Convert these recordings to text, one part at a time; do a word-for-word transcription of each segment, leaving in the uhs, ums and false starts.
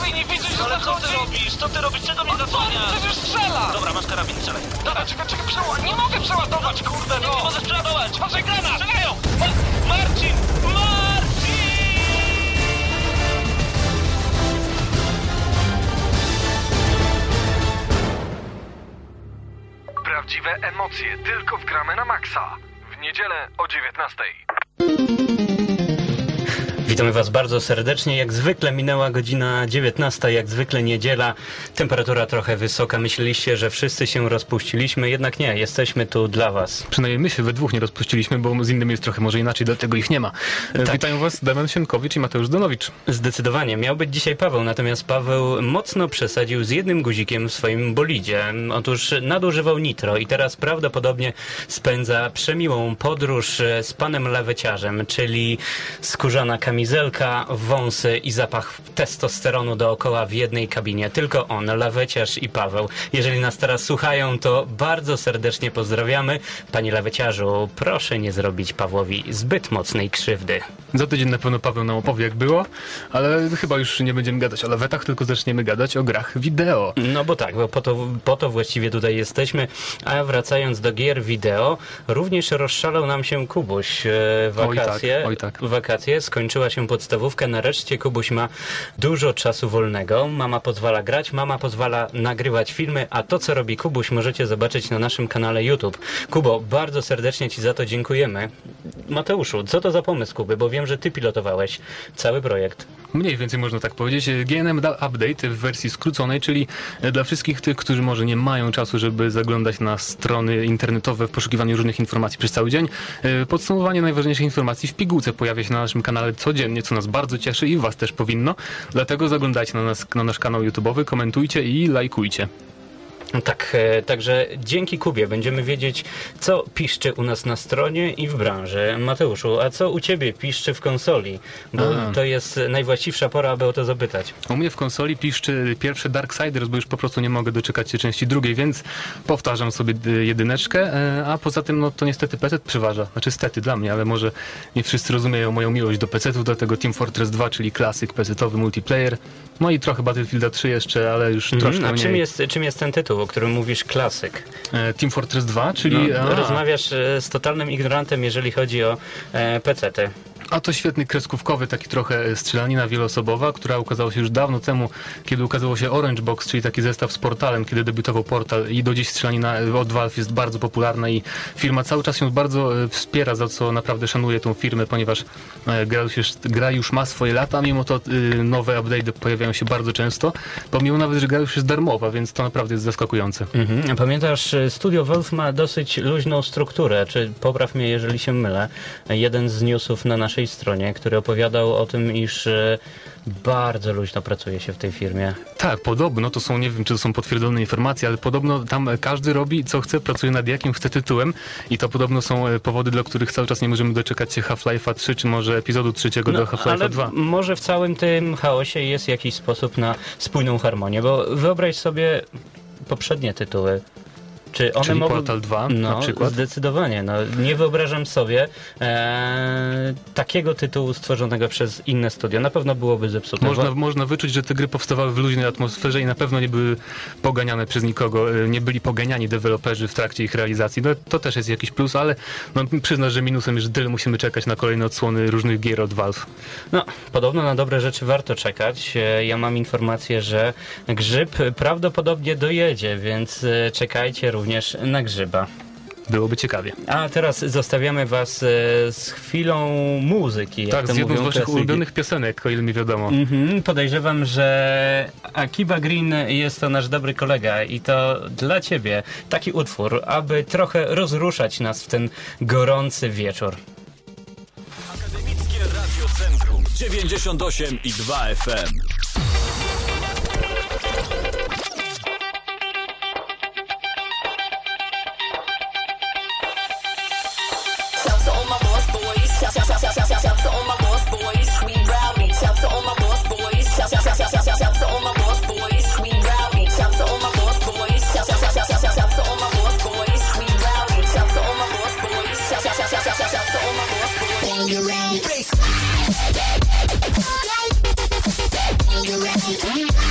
dalej nie widzisz, że Ale co zachodzi? ty robisz? Co ty robisz? Czego mnie No co? zasłaniasz? Przecież strzela! Dobra, masz karabin, strzelaj. Dobra, czekaj, czekaj, przeładować. Nie mogę przeładować, kurde, Nie, nie no! możesz przeładować. Patrzaj, granat! Strzelają! Ma Marcin! Marcin! Prawdziwe emocje tylko w Gramy na Maxa. W niedzielę o dziewiętnastej. Witamy Was bardzo serdecznie. Jak zwykle minęła godzina dziewiętnasta, jak zwykle niedziela. Temperatura trochę wysoka. Myśleliście, że wszyscy się rozpuściliśmy, jednak nie. Jesteśmy tu dla Was. Przynajmniej my się we dwóch nie rozpuściliśmy, bo z innymi jest trochę może inaczej, dlatego ich nie ma. Tak. Witają Was Damian Siemkowicz i Mateusz Donowicz. Zdecydowanie. Miał być dzisiaj Paweł, natomiast Paweł mocno przesadził z jednym guzikiem w swoim bolidzie. Otóż nadużywał nitro i teraz prawdopodobnie spędza przemiłą podróż z panem laweciarzem, czyli skórzana kamizelka, wąsy i zapach testosteronu dookoła w jednej kabinie. Tylko on, laweciarz i Paweł. Jeżeli nas teraz słuchają, to bardzo serdecznie pozdrawiamy. Panie laweciarzu, proszę nie zrobić Pawłowi zbyt mocnej krzywdy. Za tydzień na pewno Paweł nam opowie, jak było, ale chyba już nie będziemy gadać o lawetach, tylko zaczniemy gadać o grach wideo. No bo tak, bo po to, po to właściwie tutaj jesteśmy. A wracając do gier wideo, również rozszalał nam się Kubuś. E, wakacje, oj tak, oj tak. wakacje, skończyła się podstawówka, nareszcie Kubuś ma dużo czasu wolnego. Mama pozwala grać, mama pozwala nagrywać filmy, a to, co robi Kubuś, możecie zobaczyć na naszym kanale YouTube. Kubo, bardzo serdecznie Ci za to dziękujemy. Mateuszu, co to za pomysł, Kuby? Bo wiem, że Ty pilotowałeś cały projekt. Mniej więcej można tak powiedzieć. G N M Update w wersji skróconej, czyli dla wszystkich tych, którzy może nie mają czasu, żeby zaglądać na strony internetowe w poszukiwaniu różnych informacji przez cały dzień. Podsumowanie najważniejszych informacji w pigułce pojawia się na naszym kanale codziennie, co nas bardzo cieszy i Was też powinno. Dlatego zaglądajcie na, nas, na nasz kanał YouTube'owy, komentujcie i lajkujcie. Tak, e, także dzięki Kubie będziemy wiedzieć, co piszczy u nas na stronie i w branży. Mateuszu, a co u Ciebie piszczy w konsoli? Bo a. to jest najwłaściwsza pora, aby o to zapytać. U mnie w konsoli piszczy pierwszy Darksiders, bo już po prostu nie mogę doczekać się części drugiej, więc powtarzam sobie jedyneczkę, a poza tym no to niestety P C przeważa. Znaczy stety dla mnie, ale może nie wszyscy rozumieją moją miłość do P C-ów, do tego Team Fortress dwa, czyli klasyk P C-owy multiplayer. No i trochę Battlefielda trzy jeszcze, ale już mm, troszkę a mniej. czym jest, czym jest ten tytuł, o którym mówisz klasyk? Team Fortress dwa, czyli... No, rozmawiasz z totalnym ignorantem, jeżeli chodzi o e, pecety. A to świetny kreskówkowy, taki trochę strzelanina wieloosobowa, która ukazała się już dawno temu, kiedy ukazało się Orange Box, czyli taki zestaw z Portalem, kiedy debiutował Portal i do dziś strzelanina od Valve jest bardzo popularna i firma cały czas się bardzo wspiera, za co naprawdę szanuję tą firmę, ponieważ gra już, gra już ma swoje lata, mimo to nowe update'y pojawiają się bardzo często, pomimo nawet, że gra już jest darmowa, więc to naprawdę jest zaskakujące. Mhm. Pamiętasz, studio Valve ma dosyć luźną strukturę, czy popraw mnie, jeżeli się mylę. Jeden z newsów na naszej stronie, który opowiadał o tym, iż bardzo luźno pracuje się w tej firmie. Tak, podobno, to są, nie wiem, czy to są potwierdzone informacje, ale podobno tam każdy robi, co chce, pracuje nad jakim chce tytułem i to podobno są powody, dla których cały czas nie możemy doczekać się Half-Life'a trzy, czy może epizodu trzeciego no, do Half-Life'a dwa. Może w całym tym chaosie jest jakiś sposób na spójną harmonię, bo wyobraź sobie poprzednie tytuły. Czy one Czyli mogą... Portal dwa no, na przykład? Zdecydowanie. No, nie wyobrażam sobie e, takiego tytułu stworzonego przez inne studio. Na pewno byłoby zepsute. Można, bo... można wyczuć, że te gry powstawały w luźnej atmosferze i na pewno nie były poganiane przez nikogo. Nie byli poganiani deweloperzy w trakcie ich realizacji. No, to też jest jakiś plus, ale no, przyznasz, że minusem jest, że tyle musimy czekać na kolejne odsłony różnych gier od Valve. No, podobno na dobre rzeczy warto czekać. Ja mam informację, że Grzyb prawdopodobnie dojedzie, więc czekajcie również na Grzyba. Byłoby ciekawie. A teraz zostawiamy Was z chwilą muzyki. Tak, z jedną z Waszych ulubionych piosenek, o ile mi wiadomo. Mhm, podejrzewam, że Akiba Green jest to nasz dobry kolega i to dla Ciebie taki utwór, aby trochę rozruszać nas w ten gorący wieczór. Akademickie Radio Centrum dziewięćdziesiąt osiem i dwa F M. Are you ready?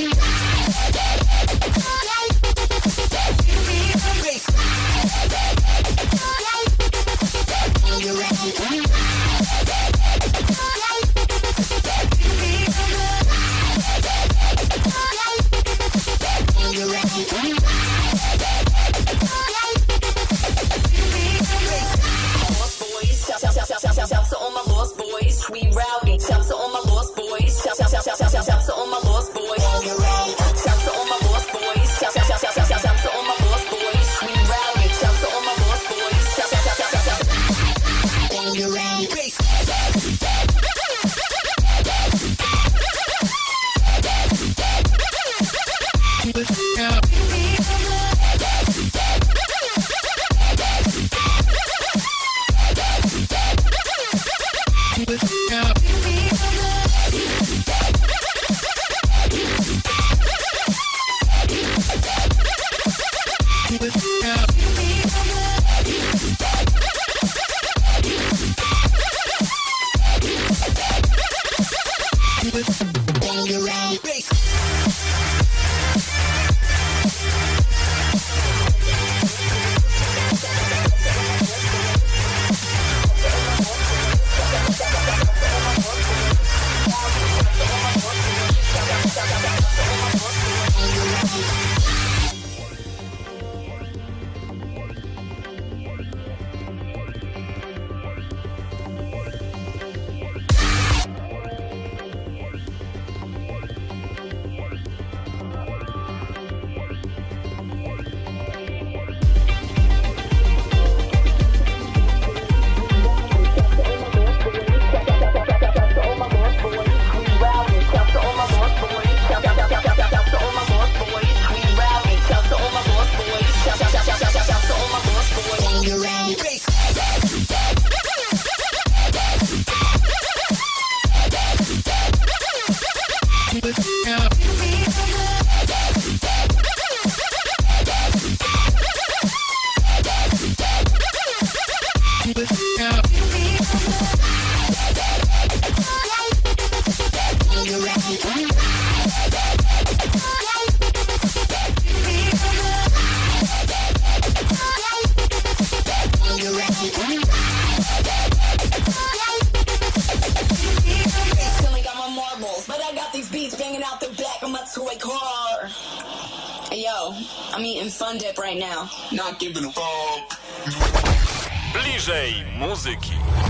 Bliżej muzyki.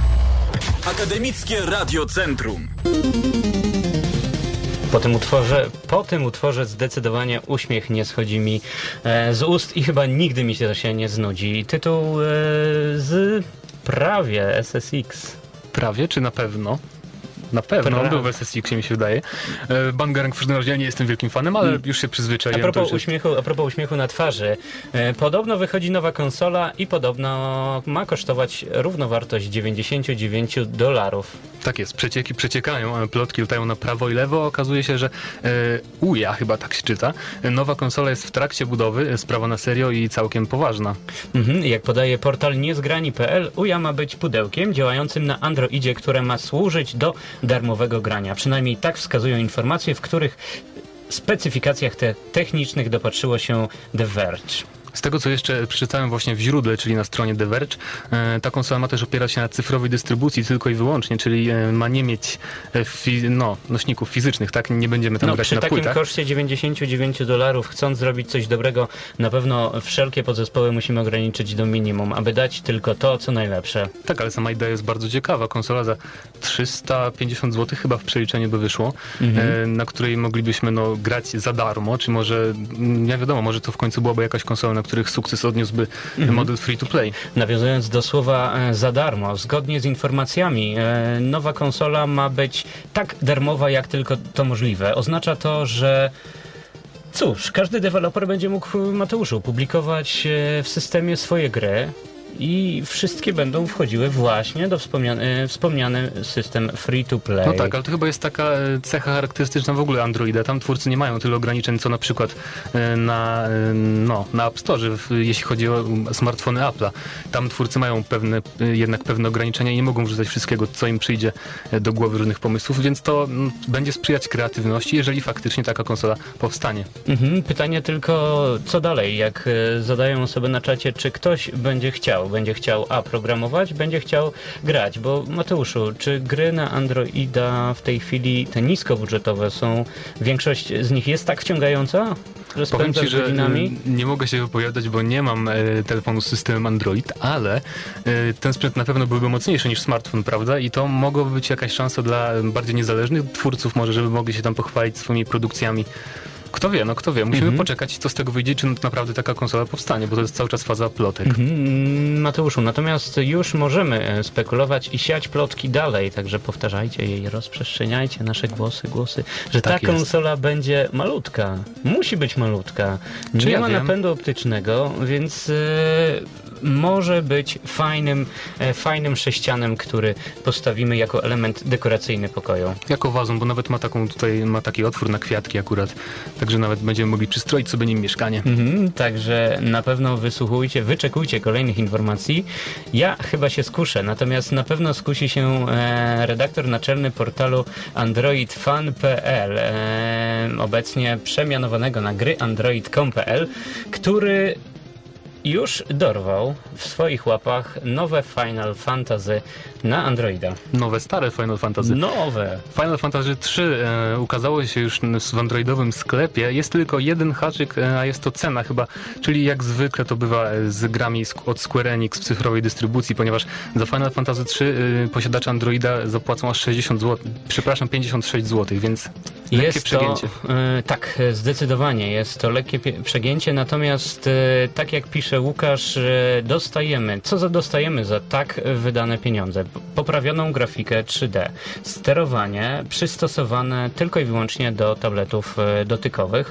Akademickie Radio Centrum. Po tym utworze, po tym utworze zdecydowanie uśmiech nie schodzi mi e, z ust i chyba nigdy mi się to się nie znudzi. Tytuł e, z prawie S S X. Prawie czy na pewno? Na pewno, on był w S S X, mi się wydaje. Bangarang w każdym razie ja nie jestem wielkim fanem, ale już się przyzwyczaiłem. A propos, to uśmiechu, a propos uśmiechu na twarzy, e, podobno wychodzi nowa konsola i podobno ma kosztować równowartość dziewięćdziesiąt dziewięć dolarów. Tak jest, przecieki przeciekają, plotki latają na prawo i lewo. Okazuje się, że e, U J A, chyba tak się czyta, nowa konsola jest w trakcie budowy, sprawa na serio i całkiem poważna. Mhm, jak podaje portal niezgrani kropka p l, U J A ma być pudełkiem działającym na Androidzie, które ma służyć do darmowego grania. Przynajmniej tak wskazują informacje, w których specyfikacjach te technicznych dopatrzyło się The Verge. Z tego, co jeszcze przeczytałem właśnie w źródle, czyli na stronie The Verge, e, ta konsola ma też opierać się na cyfrowej dystrybucji tylko i wyłącznie, czyli e, ma nie mieć e, fi, no, nośników fizycznych, tak? Nie będziemy tam no, grać przy na takim płytach. koszcie dziewięćdziesiąt dziewięć dolarów, chcąc zrobić coś dobrego, na pewno wszelkie podzespoły musimy ograniczyć do minimum, aby dać tylko to, co najlepsze. Tak, ale sama idea jest bardzo ciekawa. Konsola za trzysta pięćdziesiąt złotych chyba w przeliczeniu by wyszło, mhm. e, na której moglibyśmy no, grać za darmo, czy może, nie wiadomo, może to w końcu byłaby jakaś konsola, na których sukces odniósłby mhm. model free to play. Nawiązując do słowa e, za darmo, zgodnie z informacjami e, nowa konsola ma być tak darmowa, jak tylko to możliwe. Oznacza to, że cóż, każdy deweloper będzie mógł, Mateuszu, publikować e, w systemie swoje gry i wszystkie będą wchodziły właśnie do wspomniany, wspomniany system free-to-play. No tak, ale to chyba jest taka e, cecha charakterystyczna w ogóle Androida. Tam twórcy nie mają tylu ograniczeń, co na przykład e, na, e, no, na App Store, w, jeśli chodzi o smartfony Apple'a. Tam twórcy mają pewne, e, jednak pewne ograniczenia i nie mogą wrzucać wszystkiego, co im przyjdzie e, do głowy różnych pomysłów, więc to m, będzie sprzyjać kreatywności, jeżeli faktycznie taka konsola powstanie. Mhm, pytanie tylko, co dalej, jak e, zadają sobie na czacie, czy ktoś będzie chciał, będzie chciał a programować, będzie chciał grać, bo Mateuszu, czy gry na Androida w tej chwili, te niskobudżetowe są, większość z nich jest tak wciągająca, że Powiem spędzasz ci, że godzinami? e, nie mogę się wypowiadać, bo nie mam e, telefonu z systemem Android, ale e, ten sprzęt na pewno byłby mocniejszy niż smartfon, prawda? I to mogłoby być jakaś szansa dla bardziej niezależnych twórców, może żeby mogli się tam pochwalić swoimi produkcjami. Kto wie, no kto wie. Musimy Mhm. poczekać, co z tego wyjdzie, czy naprawdę taka konsola powstanie, bo to jest cały czas faza plotek. Mhm, Mateuszu, natomiast już możemy e, spekulować i siać plotki dalej, także powtarzajcie je i rozprzestrzeniajcie nasze głosy, głosy, że Tak ta jest. konsola będzie malutka. Musi być malutka. Czy Nie ja ma wiem? napędu optycznego, więc e, może być fajnym, e, fajnym sześcianem, który postawimy jako element dekoracyjny pokoju. Jako wazon, bo nawet ma taką tutaj, ma taki otwór na kwiatki akurat, także nawet będziemy mogli przystroić sobie nim mieszkanie. Mhm, także na pewno wysłuchujcie, wyczekujcie kolejnych informacji. Ja chyba się skuszę, natomiast na pewno skusi się e, redaktor naczelny portalu android fan kropka p l, e, obecnie przemianowanego na gry android kropka com kropka p l, który już dorwał w swoich łapach nowe Final Fantasy na Androida. Nowe, stare Final Fantasy. Nowe! Final Fantasy trzy e, ukazało się już w androidowym sklepie. Jest tylko jeden haczyk, e, a jest to cena chyba, czyli jak zwykle to bywa e, z grami sk- od Square Enix w cyfrowej dystrybucji, ponieważ za Final Fantasy trzy e, posiadacze Androida zapłacą aż sześćdziesiąt złotych, przepraszam, pięćdziesiąt sześć złotych, więc lekkie Jest przegięcie. to, e, tak, zdecydowanie jest to lekkie pie- przegięcie, natomiast e, tak jak pisze Łukasz, e, dostajemy, co za dostajemy za tak wydane pieniądze? Poprawioną grafikę trzy D, sterowanie przystosowane tylko i wyłącznie do tabletów e, dotykowych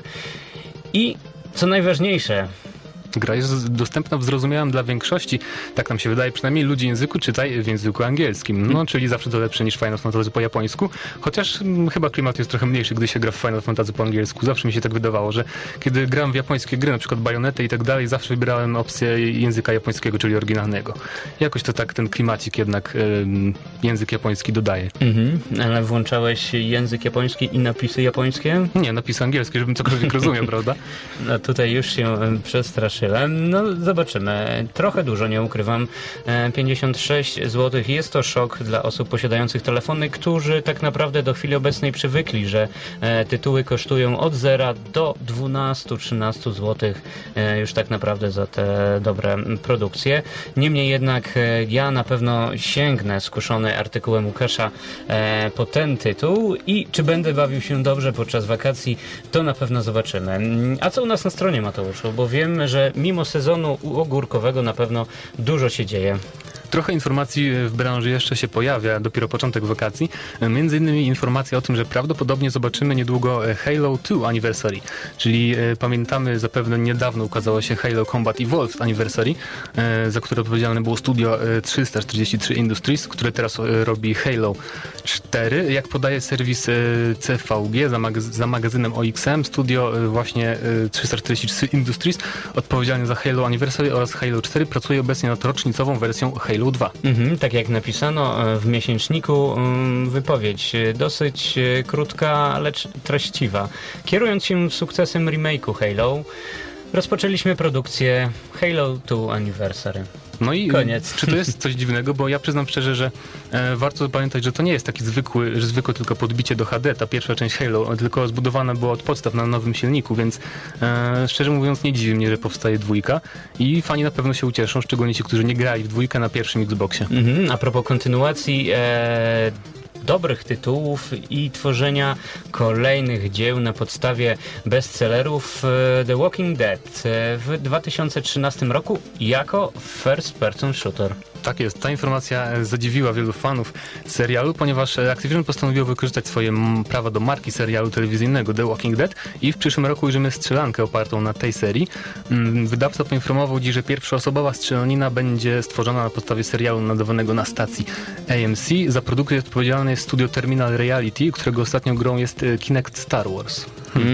i co najważniejsze, Gra jest dostępna w zrozumiałym dla większości, tak nam się wydaje, przynajmniej ludzi języku czytaj w języku angielskim, no czyli zawsze to lepsze niż Final Fantasy po japońsku, chociaż mm, chyba klimat jest trochę mniejszy, gdy się gra w Final Fantasy po angielsku. Zawsze mi się tak wydawało, że kiedy gram w japońskie gry, na przykład Bajonetę i tak dalej, zawsze wybierałem opcję języka japońskiego, czyli oryginalnego. Jakoś to tak ten klimacik jednak ym, język japoński dodaje. mhm, ale włączałeś język japoński i napisy japońskie? Nie, napisy angielskie, żebym cokolwiek rozumiał, prawda? No tutaj już się e, przestraszyłem. No zobaczymy. Trochę dużo, nie ukrywam. E, pięćdziesiąt sześć złotych. Jest to szok dla osób posiadających telefony, którzy tak naprawdę do chwili obecnej przywykli, że e, tytuły kosztują od zera do dwunastu trzynastu złotych e, już tak naprawdę za te dobre produkcje. Niemniej jednak e, ja na pewno sięgnę skuszony artykułem Łukasza e, po ten tytuł i czy będę bawił się dobrze podczas wakacji, to na pewno zobaczymy. A co u nas na stronie, Mateuszu? Bo wiem, że mimo sezonu ogórkowego na pewno dużo się dzieje. Trochę informacji w branży jeszcze się pojawia, dopiero początek wakacji. Między innymi informacja o tym, że prawdopodobnie zobaczymy niedługo Halo dwa Anniversary, czyli e, pamiętamy, zapewne niedawno ukazało się Halo Combat Evolved Anniversary, e, za które odpowiedzialne było studio e, trzysta czterdzieści trzy Industries, które teraz e, robi Halo cztery. Jak podaje serwis e, C V G za, mag- za magazynem O X M, studio e, właśnie e, trzysta czterdzieści trzy Industries odpowiedzialne za Halo Anniversary oraz Halo cztery pracuje obecnie nad rocznicową wersją Halo dwa. Mhm, tak jak napisano e, w miesięczniku, mm, wypowiedź e, dosyć e, krótka, lecz treściwa. Kierując się sukcesem remake'u Halo, rozpoczęliśmy produkcję Halo dwa Anniversary. No i Koniec. czy to jest coś dziwnego? Bo ja przyznam szczerze, że e, warto pamiętać, że to nie jest taki zwykły, że zwykłe tylko podbicie do H D, ta pierwsza część Halo, tylko zbudowana była od podstaw na nowym silniku, więc e, szczerze mówiąc nie dziwi mnie, że powstaje dwójka i fani na pewno się ucieszą, szczególnie ci, którzy nie grali w dwójkę na pierwszym Xboxie. Mhm, a propos kontynuacji, e, dobrych tytułów i tworzenia kolejnych dzieł na podstawie bestsellerów The Walking Dead w dwa tysiące trzynastym roku jako first person shooter. Tak jest. Ta informacja zadziwiła wielu fanów serialu, ponieważ Activision postanowiło wykorzystać swoje prawa do marki serialu telewizyjnego The Walking Dead i w przyszłym roku ujrzymy strzelankę opartą na tej serii. Wydawca poinformował dziś, że pierwszoosobowa strzelanina będzie stworzona na podstawie serialu nadawanego na stacji A M C. Za produkcję odpowiedzialne jest studio Terminal Reality, którego ostatnią grą jest Kinect Star Wars.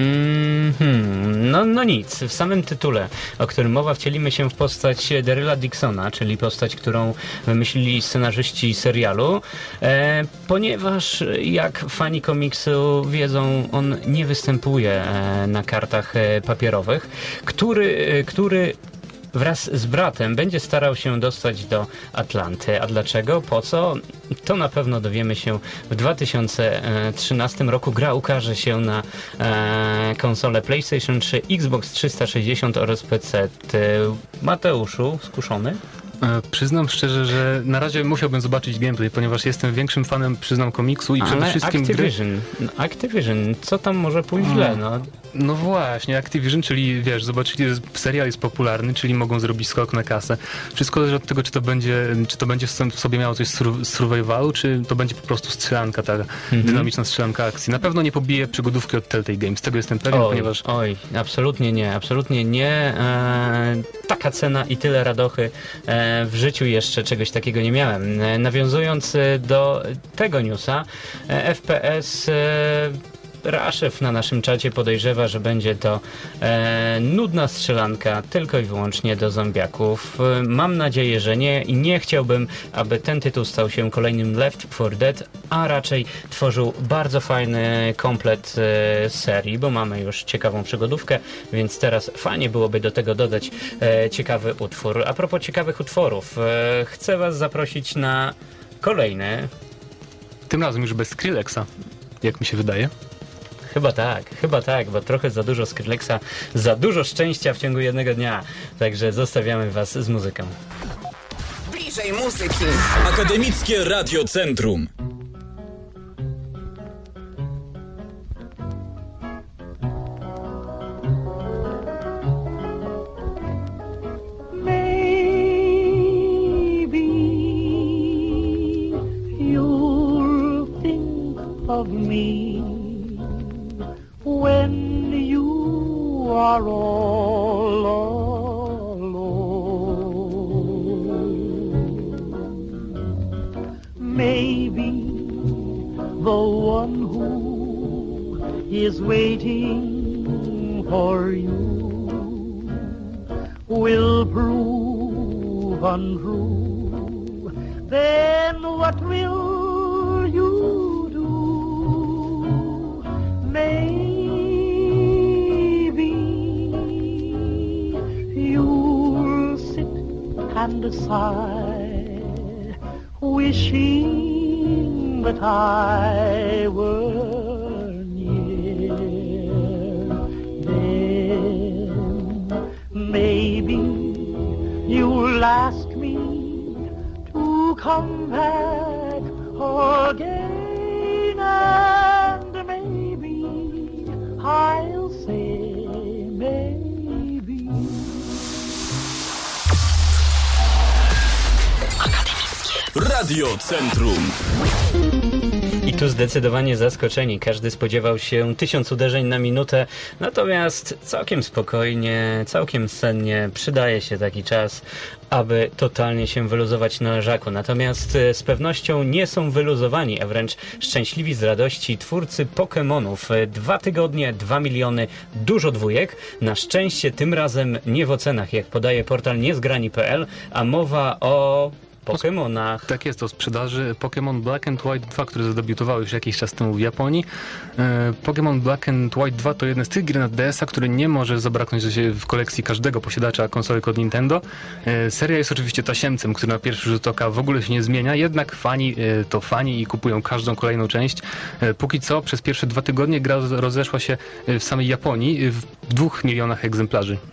Hmm. Hmm. No, no nic. W samym tytule, o którym mowa, wcielimy się w postać Daryla Dixona, czyli postać, którą wymyślili scenarzyści serialu, e, ponieważ jak fani komiksu wiedzą, on nie występuje e, na kartach e, papierowych, który, e, który wraz z bratem będzie starał się dostać do Atlanty. A dlaczego? Po co? To na pewno dowiemy się w dwa tysiące trzynastym roku. Gra ukaże się na e, konsole PlayStation trzy, Xbox trzysta sześćdziesiąt oraz P C. Mateuszu, skuszony? E, przyznam szczerze, że na razie musiałbym zobaczyć gameplay, ponieważ jestem większym fanem, przyznam, komiksu i Ale przede wszystkim Activision, gry... Activision, co tam może pójść źle? No? No właśnie, Activision, czyli wiesz, zobaczyli, że serial jest popularny, czyli mogą zrobić skok na kasę. Wszystko zależy od tego, czy to będzie, czy to będzie w sobie miało coś z survivalu, czy to będzie po prostu strzelanka, ta mhm. dynamiczna strzelanka akcji. Na pewno nie pobije przygodówki od Telltale Games, z tego jestem pewien, oj, ponieważ... Oj, absolutnie nie, absolutnie nie. E, taka cena i tyle radochy. E, w życiu jeszcze czegoś takiego nie miałem. E, nawiązując do tego newsa, e, F P S... E, Raszew na naszym czacie podejrzewa, że będzie to e, nudna strzelanka tylko i wyłącznie do zombiaków. E, mam nadzieję, że nie i nie chciałbym, aby ten tytuł stał się kolejnym Left four Dead, a raczej tworzył bardzo fajny komplet e, serii, bo mamy już ciekawą przygodówkę, więc teraz fajnie byłoby do tego dodać e, ciekawy utwór. A propos ciekawych utworów, e, chcę was zaprosić na kolejny. Tym razem już bez Skrillexa, jak mi się wydaje. Chyba tak, chyba tak, bo trochę za dużo Skrillexa, za dużo szczęścia w ciągu jednego dnia. Także zostawiamy was z muzyką. Bliżej muzyki. Akademickie Radio Centrum. Maybe you'll think of me when you are all alone. Maybe the one who is waiting for you will prove untrue. Then what will you do? Maybe and sigh, wishing that I were near. Then maybe you'll ask me to come back again, and maybe I'll say maybe. Radio Centrum. I tu zdecydowanie zaskoczeni. Każdy spodziewał się tysiąc uderzeń na minutę, natomiast całkiem spokojnie, całkiem sennie przydaje się taki czas, aby totalnie się wyluzować na leżaku. Natomiast z pewnością nie są wyluzowani, a wręcz szczęśliwi z radości twórcy Pokemonów. Dwa tygodnie, dwa miliony, dużo dwójek. Na szczęście tym razem nie w ocenach, jak podaje portal niezgrani kropka p l, a mowa o Pokemonach. Tak jest, o sprzedaży Pokémon Black and White dwa, które zadebiutowały już jakiś czas temu w Japonii. E, Pokémon Black and White dwa to jeden z tych gier na D S a, który nie może zabraknąć w kolekcji każdego posiadacza konsolek od Nintendo. E, seria jest oczywiście tasiemcem, który na pierwszy rzut oka w ogóle się nie zmienia, jednak fani e, to fani i kupują każdą kolejną część. E, póki co przez pierwsze dwa tygodnie gra rozeszła się w samej Japonii w dwóch milionach egzemplarzy.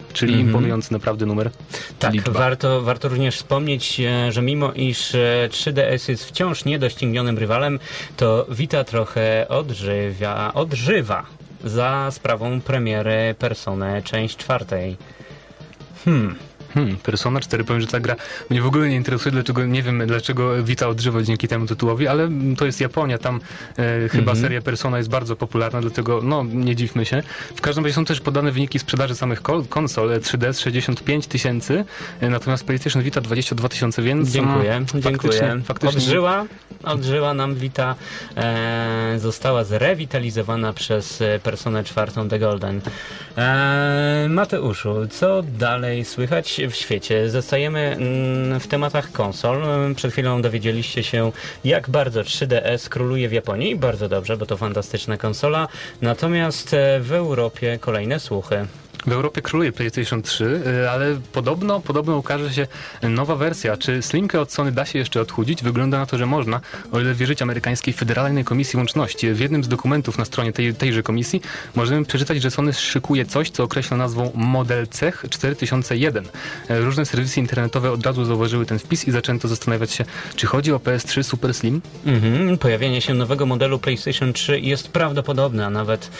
czyli Mhm. imponujący naprawdę numer. Tak, liczba. warto, warto również wspomnieć, e, że mimo iż e, trzy D S jest wciąż niedoścignionym rywalem, to Vita trochę odżywia, odżywa za sprawą premiery Persony część czwartej. Hmm. Hmm, Persona cztery, powiem, że ta gra mnie w ogóle nie interesuje, dlaczego, nie wiem dlaczego Vita odżywa dzięki temu tytułowi, ale to jest Japonia, tam e, chyba Mhm. seria Persona jest bardzo popularna, dlatego no nie dziwmy się. W każdym razie są też podane wyniki sprzedaży samych kol- konsol, trzy D S sześćdziesiąt pięć tysięcy, e, natomiast PlayStation Vita dwadzieścia dwa tysiące, więc Dziękuję, mm, dziękuję. faktycznie, faktycznie Odżyła, odżyła nam Vita, e, została zrewitalizowana przez e, Personę czwartą The Golden. E, Mateuszu, co dalej słychać w świecie? Zostajemy mm, w tematach konsol. Przed chwilą dowiedzieliście się, jak bardzo trzy D S króluje w Japonii. Bardzo dobrze, bo to fantastyczna konsola. Natomiast e, w Europie kolejne słuchy. W Europie króluje PlayStation trzy, y, ale podobno, podobno ukaże się nowa wersja. Czy Slimkę od Sony da się jeszcze odchudzić? Wygląda na to, że można, o ile wierzyć amerykańskiej Federalnej Komisji Łączności. W jednym z dokumentów na stronie tej, tejże komisji możemy przeczytać, że Sony szykuje coś, co określa nazwą Model Cech cztery tysiące jeden. Y, Różne serwisy internetowe od razu zauważyły ten wpis i zaczęto zastanawiać się, czy chodzi o P S trzy Super Slim? Mhm. Pojawienie się nowego modelu PlayStation trzy jest prawdopodobne, a nawet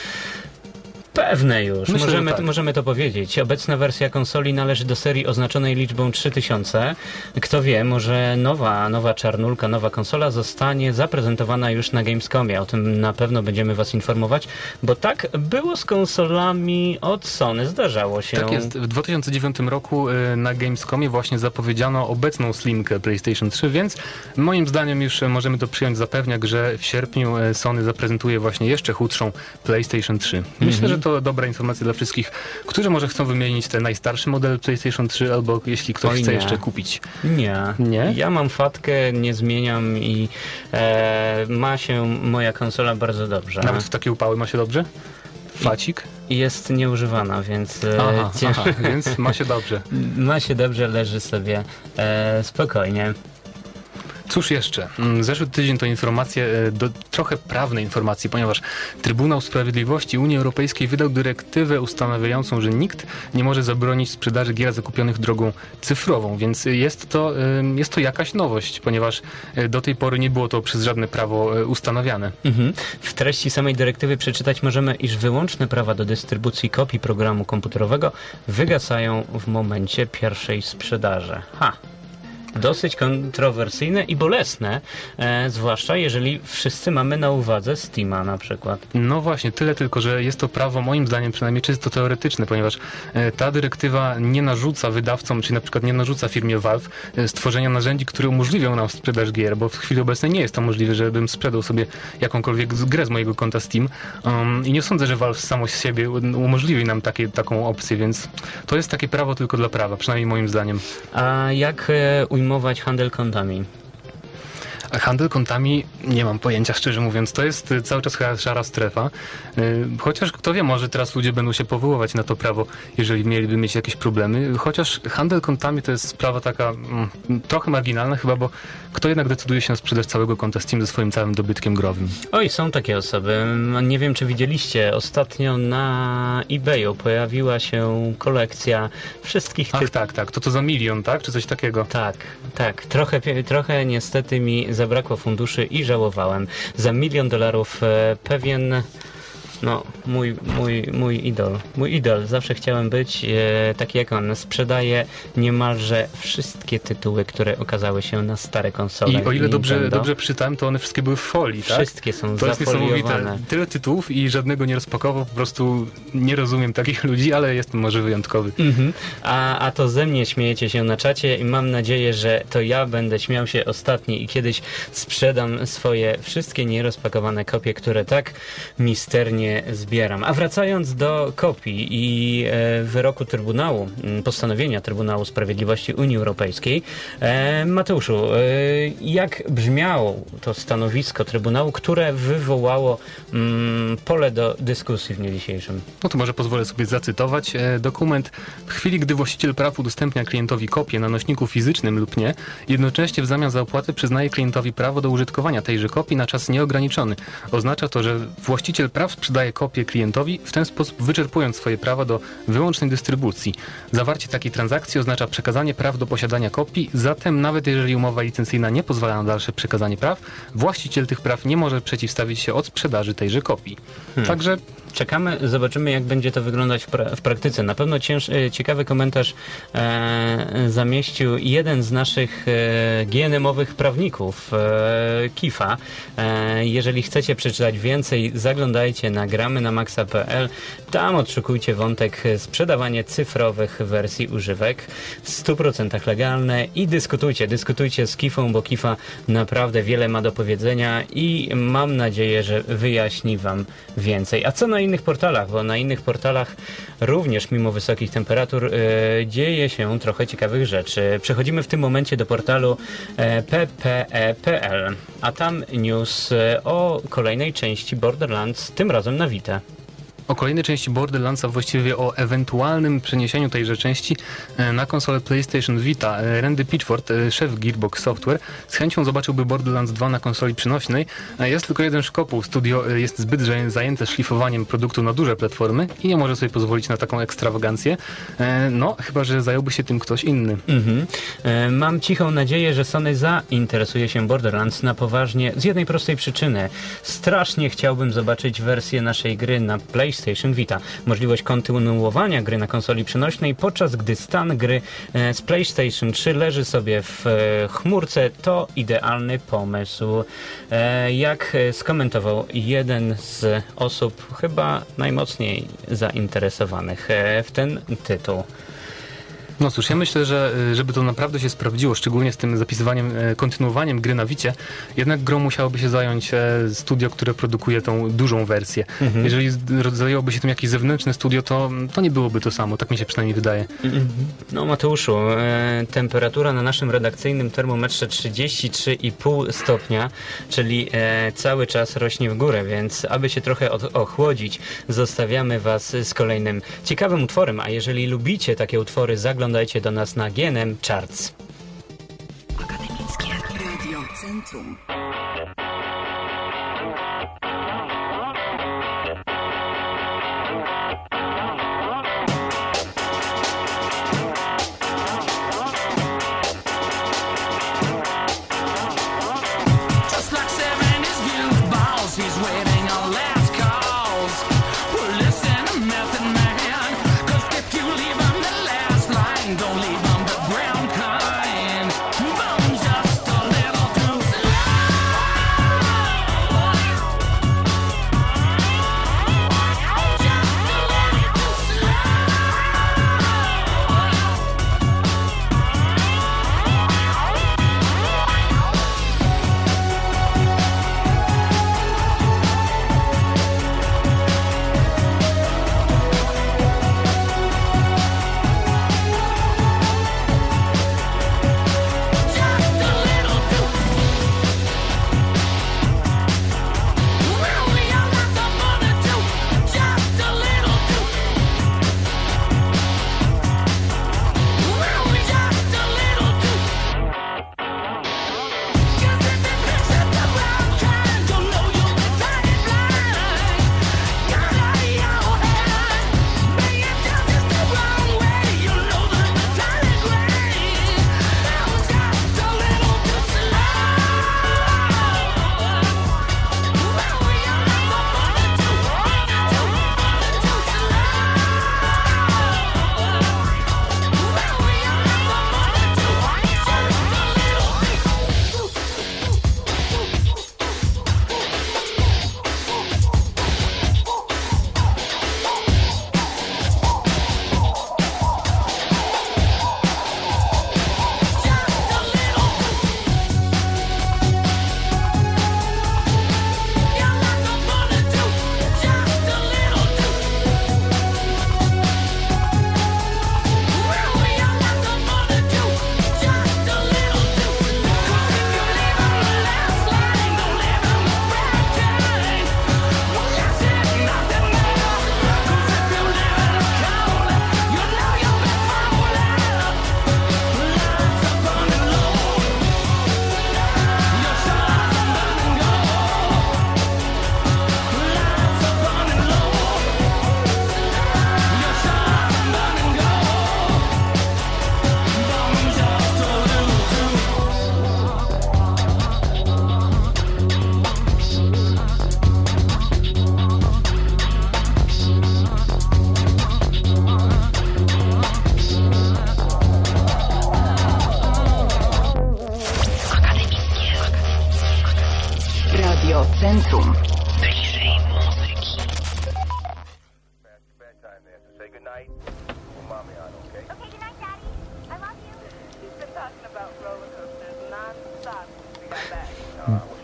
pewne już. Myślę, możemy, że tak. możemy to powiedzieć. Obecna wersja konsoli należy do serii oznaczonej liczbą trzy tysiące. Kto wie, może nowa, nowa czarnulka, nowa konsola zostanie zaprezentowana już na Gamescomie. O tym na pewno będziemy was informować, bo tak było z konsolami od Sony. Zdarzało się. Tak jest. W dwa tysiące dziewiątym roku y, na Gamescomie właśnie zapowiedziano obecną Slimkę PlayStation trzy, więc moim zdaniem już możemy to przyjąć za pewniak, że w sierpniu y, Sony zaprezentuje właśnie jeszcze chudszą PlayStation trzy. Myślę, Mhm. że to dobra informacja dla wszystkich, którzy może chcą wymienić ten najstarszy model PlayStation trzy, albo jeśli ktoś Oj, chce nie. jeszcze kupić. Nie. Nie? Ja mam fatkę, nie zmieniam i e, ma się moja konsola bardzo dobrze. Nawet w takie upały ma się dobrze? Facik? I jest nieużywana, więc e, Aha, cię- aha, więc ma się dobrze. ma się dobrze, leży sobie e, spokojnie. Cóż jeszcze? Mm, Zeszły tydzień to informacje, e, do, trochę prawne informacje, ponieważ Trybunał Sprawiedliwości Unii Europejskiej wydał dyrektywę ustanawiającą, że nikt nie może zabronić sprzedaży gier zakupionych drogą cyfrową, więc jest to, e, jest to jakaś nowość, ponieważ e, do tej pory nie było to przez żadne prawo e, ustanawiane. Mhm. W treści samej dyrektywy przeczytać możemy, iż wyłączne prawa do dystrybucji kopii programu komputerowego wygasają w momencie pierwszej sprzedaży. Ha! Dosyć kontrowersyjne i bolesne, e, zwłaszcza jeżeli wszyscy mamy na uwadze Steama na przykład. No właśnie, tyle tylko, że jest to prawo moim zdaniem przynajmniej czysto teoretyczne, ponieważ e, ta dyrektywa nie narzuca wydawcom, czyli na przykład nie narzuca firmie Valve e, stworzenia narzędzi, które umożliwią nam sprzedaż gier, bo w chwili obecnej nie jest to możliwe, żebym sprzedał sobie jakąkolwiek z- grę z mojego konta Steam um, i nie sądzę, że Valve samo z siebie u- umożliwi nam takie, taką opcję, więc to jest takie prawo tylko dla prawa, przynajmniej moim zdaniem. A jak e, ujmować handel kontami? A handel kontami nie mam pojęcia, szczerze mówiąc. To jest y, cały czas chyba szara strefa. Y, Chociaż kto wie, może teraz ludzie będą się powoływać na to prawo, jeżeli mieliby mieć jakieś problemy. Chociaż handel kontami to jest sprawa taka mm, trochę marginalna chyba, bo kto jednak decyduje się na sprzedaż całego konta Steam ze swoim całym dobytkiem growym? Oj, są takie osoby. Nie wiem, czy widzieliście. Ostatnio na eBayu pojawiła się kolekcja wszystkich Ach tych... tak, tak. To to za milion, tak? Czy coś takiego? Tak, tak. Trochę, trochę niestety mi zabrakło funduszy i żałowałem. Za milion dolarów e, pewien... No, mój, mój, mój idol. Mój idol. Zawsze chciałem być e, taki jak on. Sprzedaje niemalże wszystkie tytuły, które okazały się na stare konsole. I o ile dobrze, Nintendo. dobrze czytałem, to one wszystkie były w folii, tak? Wszystkie są To jest niesamowite. zafoliowane. Tyle tytułów i żadnego nie rozpakował. Po prostu nie rozumiem takich ludzi, ale jestem może wyjątkowy. Mhm. A, a to ze mnie śmiejecie się na czacie i mam nadzieję, że to ja będę śmiał się ostatni i kiedyś sprzedam swoje wszystkie nierozpakowane kopie, które tak misternie zbieram. A wracając do kopii i e, wyroku Trybunału, m, postanowienia Trybunału Sprawiedliwości Unii Europejskiej, e, Mateuszu, e, jak brzmiało to stanowisko Trybunału, które wywołało m, pole do dyskusji w dniu dzisiejszym? No to może pozwolę sobie zacytować. E, Dokument: w chwili, gdy właściciel praw udostępnia klientowi kopię na nośniku fizycznym lub nie, jednocześnie w zamian za opłatę przyznaje klientowi prawo do użytkowania tejże kopii na czas nieograniczony. Oznacza to, że właściciel praw sprzedaje kopię klientowi, w ten sposób wyczerpując swoje prawa do wyłącznej dystrybucji. Zawarcie takiej transakcji oznacza przekazanie praw do posiadania kopii, zatem nawet jeżeli umowa licencyjna nie pozwala na dalsze przekazanie praw, właściciel tych praw nie może przeciwstawić się od sprzedaży tejże kopii. Hmm. Także czekamy, zobaczymy, jak będzie to wyglądać w, pra- w praktyce. Na pewno cięż, ciekawy komentarz e, zamieścił jeden z naszych e, G N M-owych prawników, e, Kifa. E, jeżeli chcecie przeczytać więcej, zaglądajcie na gramy na maxa kropka p l. Tam odszukujcie wątek sprzedawanie cyfrowych wersji używek w stu procentach legalne i dyskutujcie, dyskutujcie z Kifą, bo Kifa naprawdę wiele ma do powiedzenia i mam nadzieję, że wyjaśni wam więcej. A co na innych portalach? Bo na innych portalach również mimo wysokich temperatur e, dzieje się trochę ciekawych rzeczy. Przechodzimy w tym momencie do portalu e, p p e kropka p l, a tam news e, o kolejnej części Borderlands, tym razem na Vita. O kolejnej części Borderlandsa, właściwie o ewentualnym przeniesieniu tejże części na konsolę PlayStation Vita. Randy Pitchford, szef Gearbox Software, z chęcią zobaczyłby Borderlands dwa na konsoli przynośnej. Jest tylko jeden szkopuł. Studio jest zbyt zajęte szlifowaniem produktu na duże platformy i nie może sobie pozwolić na taką ekstrawagancję. No, chyba że zająłby się tym ktoś inny. Mhm. Mam cichą nadzieję, że Sony zainteresuje się Borderlands na poważnie z jednej prostej przyczyny. Strasznie chciałbym zobaczyć wersję naszej gry na PlayStation PlayStation Vita. Możliwość kontynuowania gry na konsoli przenośnej, podczas gdy stan gry z PlayStation trzy leży sobie w chmurce, to idealny pomysł. Jak skomentował jeden z osób chyba najmocniej zainteresowanych w ten tytuł. No cóż, ja myślę, że żeby to naprawdę się sprawdziło, szczególnie z tym zapisywaniem, kontynuowaniem gry na Vicie, jednak grą musiałoby się zająć studio, które produkuje tą dużą wersję. Mhm. Jeżeli zajęłoby się tym jakieś zewnętrzne studio, to, to nie byłoby to samo, tak mi się przynajmniej wydaje. Mhm. No Mateuszu, e, temperatura na naszym redakcyjnym termometrze trzydzieści trzy i pół stopnia, czyli e, cały czas rośnie w górę, więc aby się trochę od, ochłodzić, zostawiamy was z kolejnym ciekawym utworem, a jeżeli lubicie takie utwory, zaglądajcie Zaglądajcie do nas na G N M Charts. Akademickie Radio Centrum.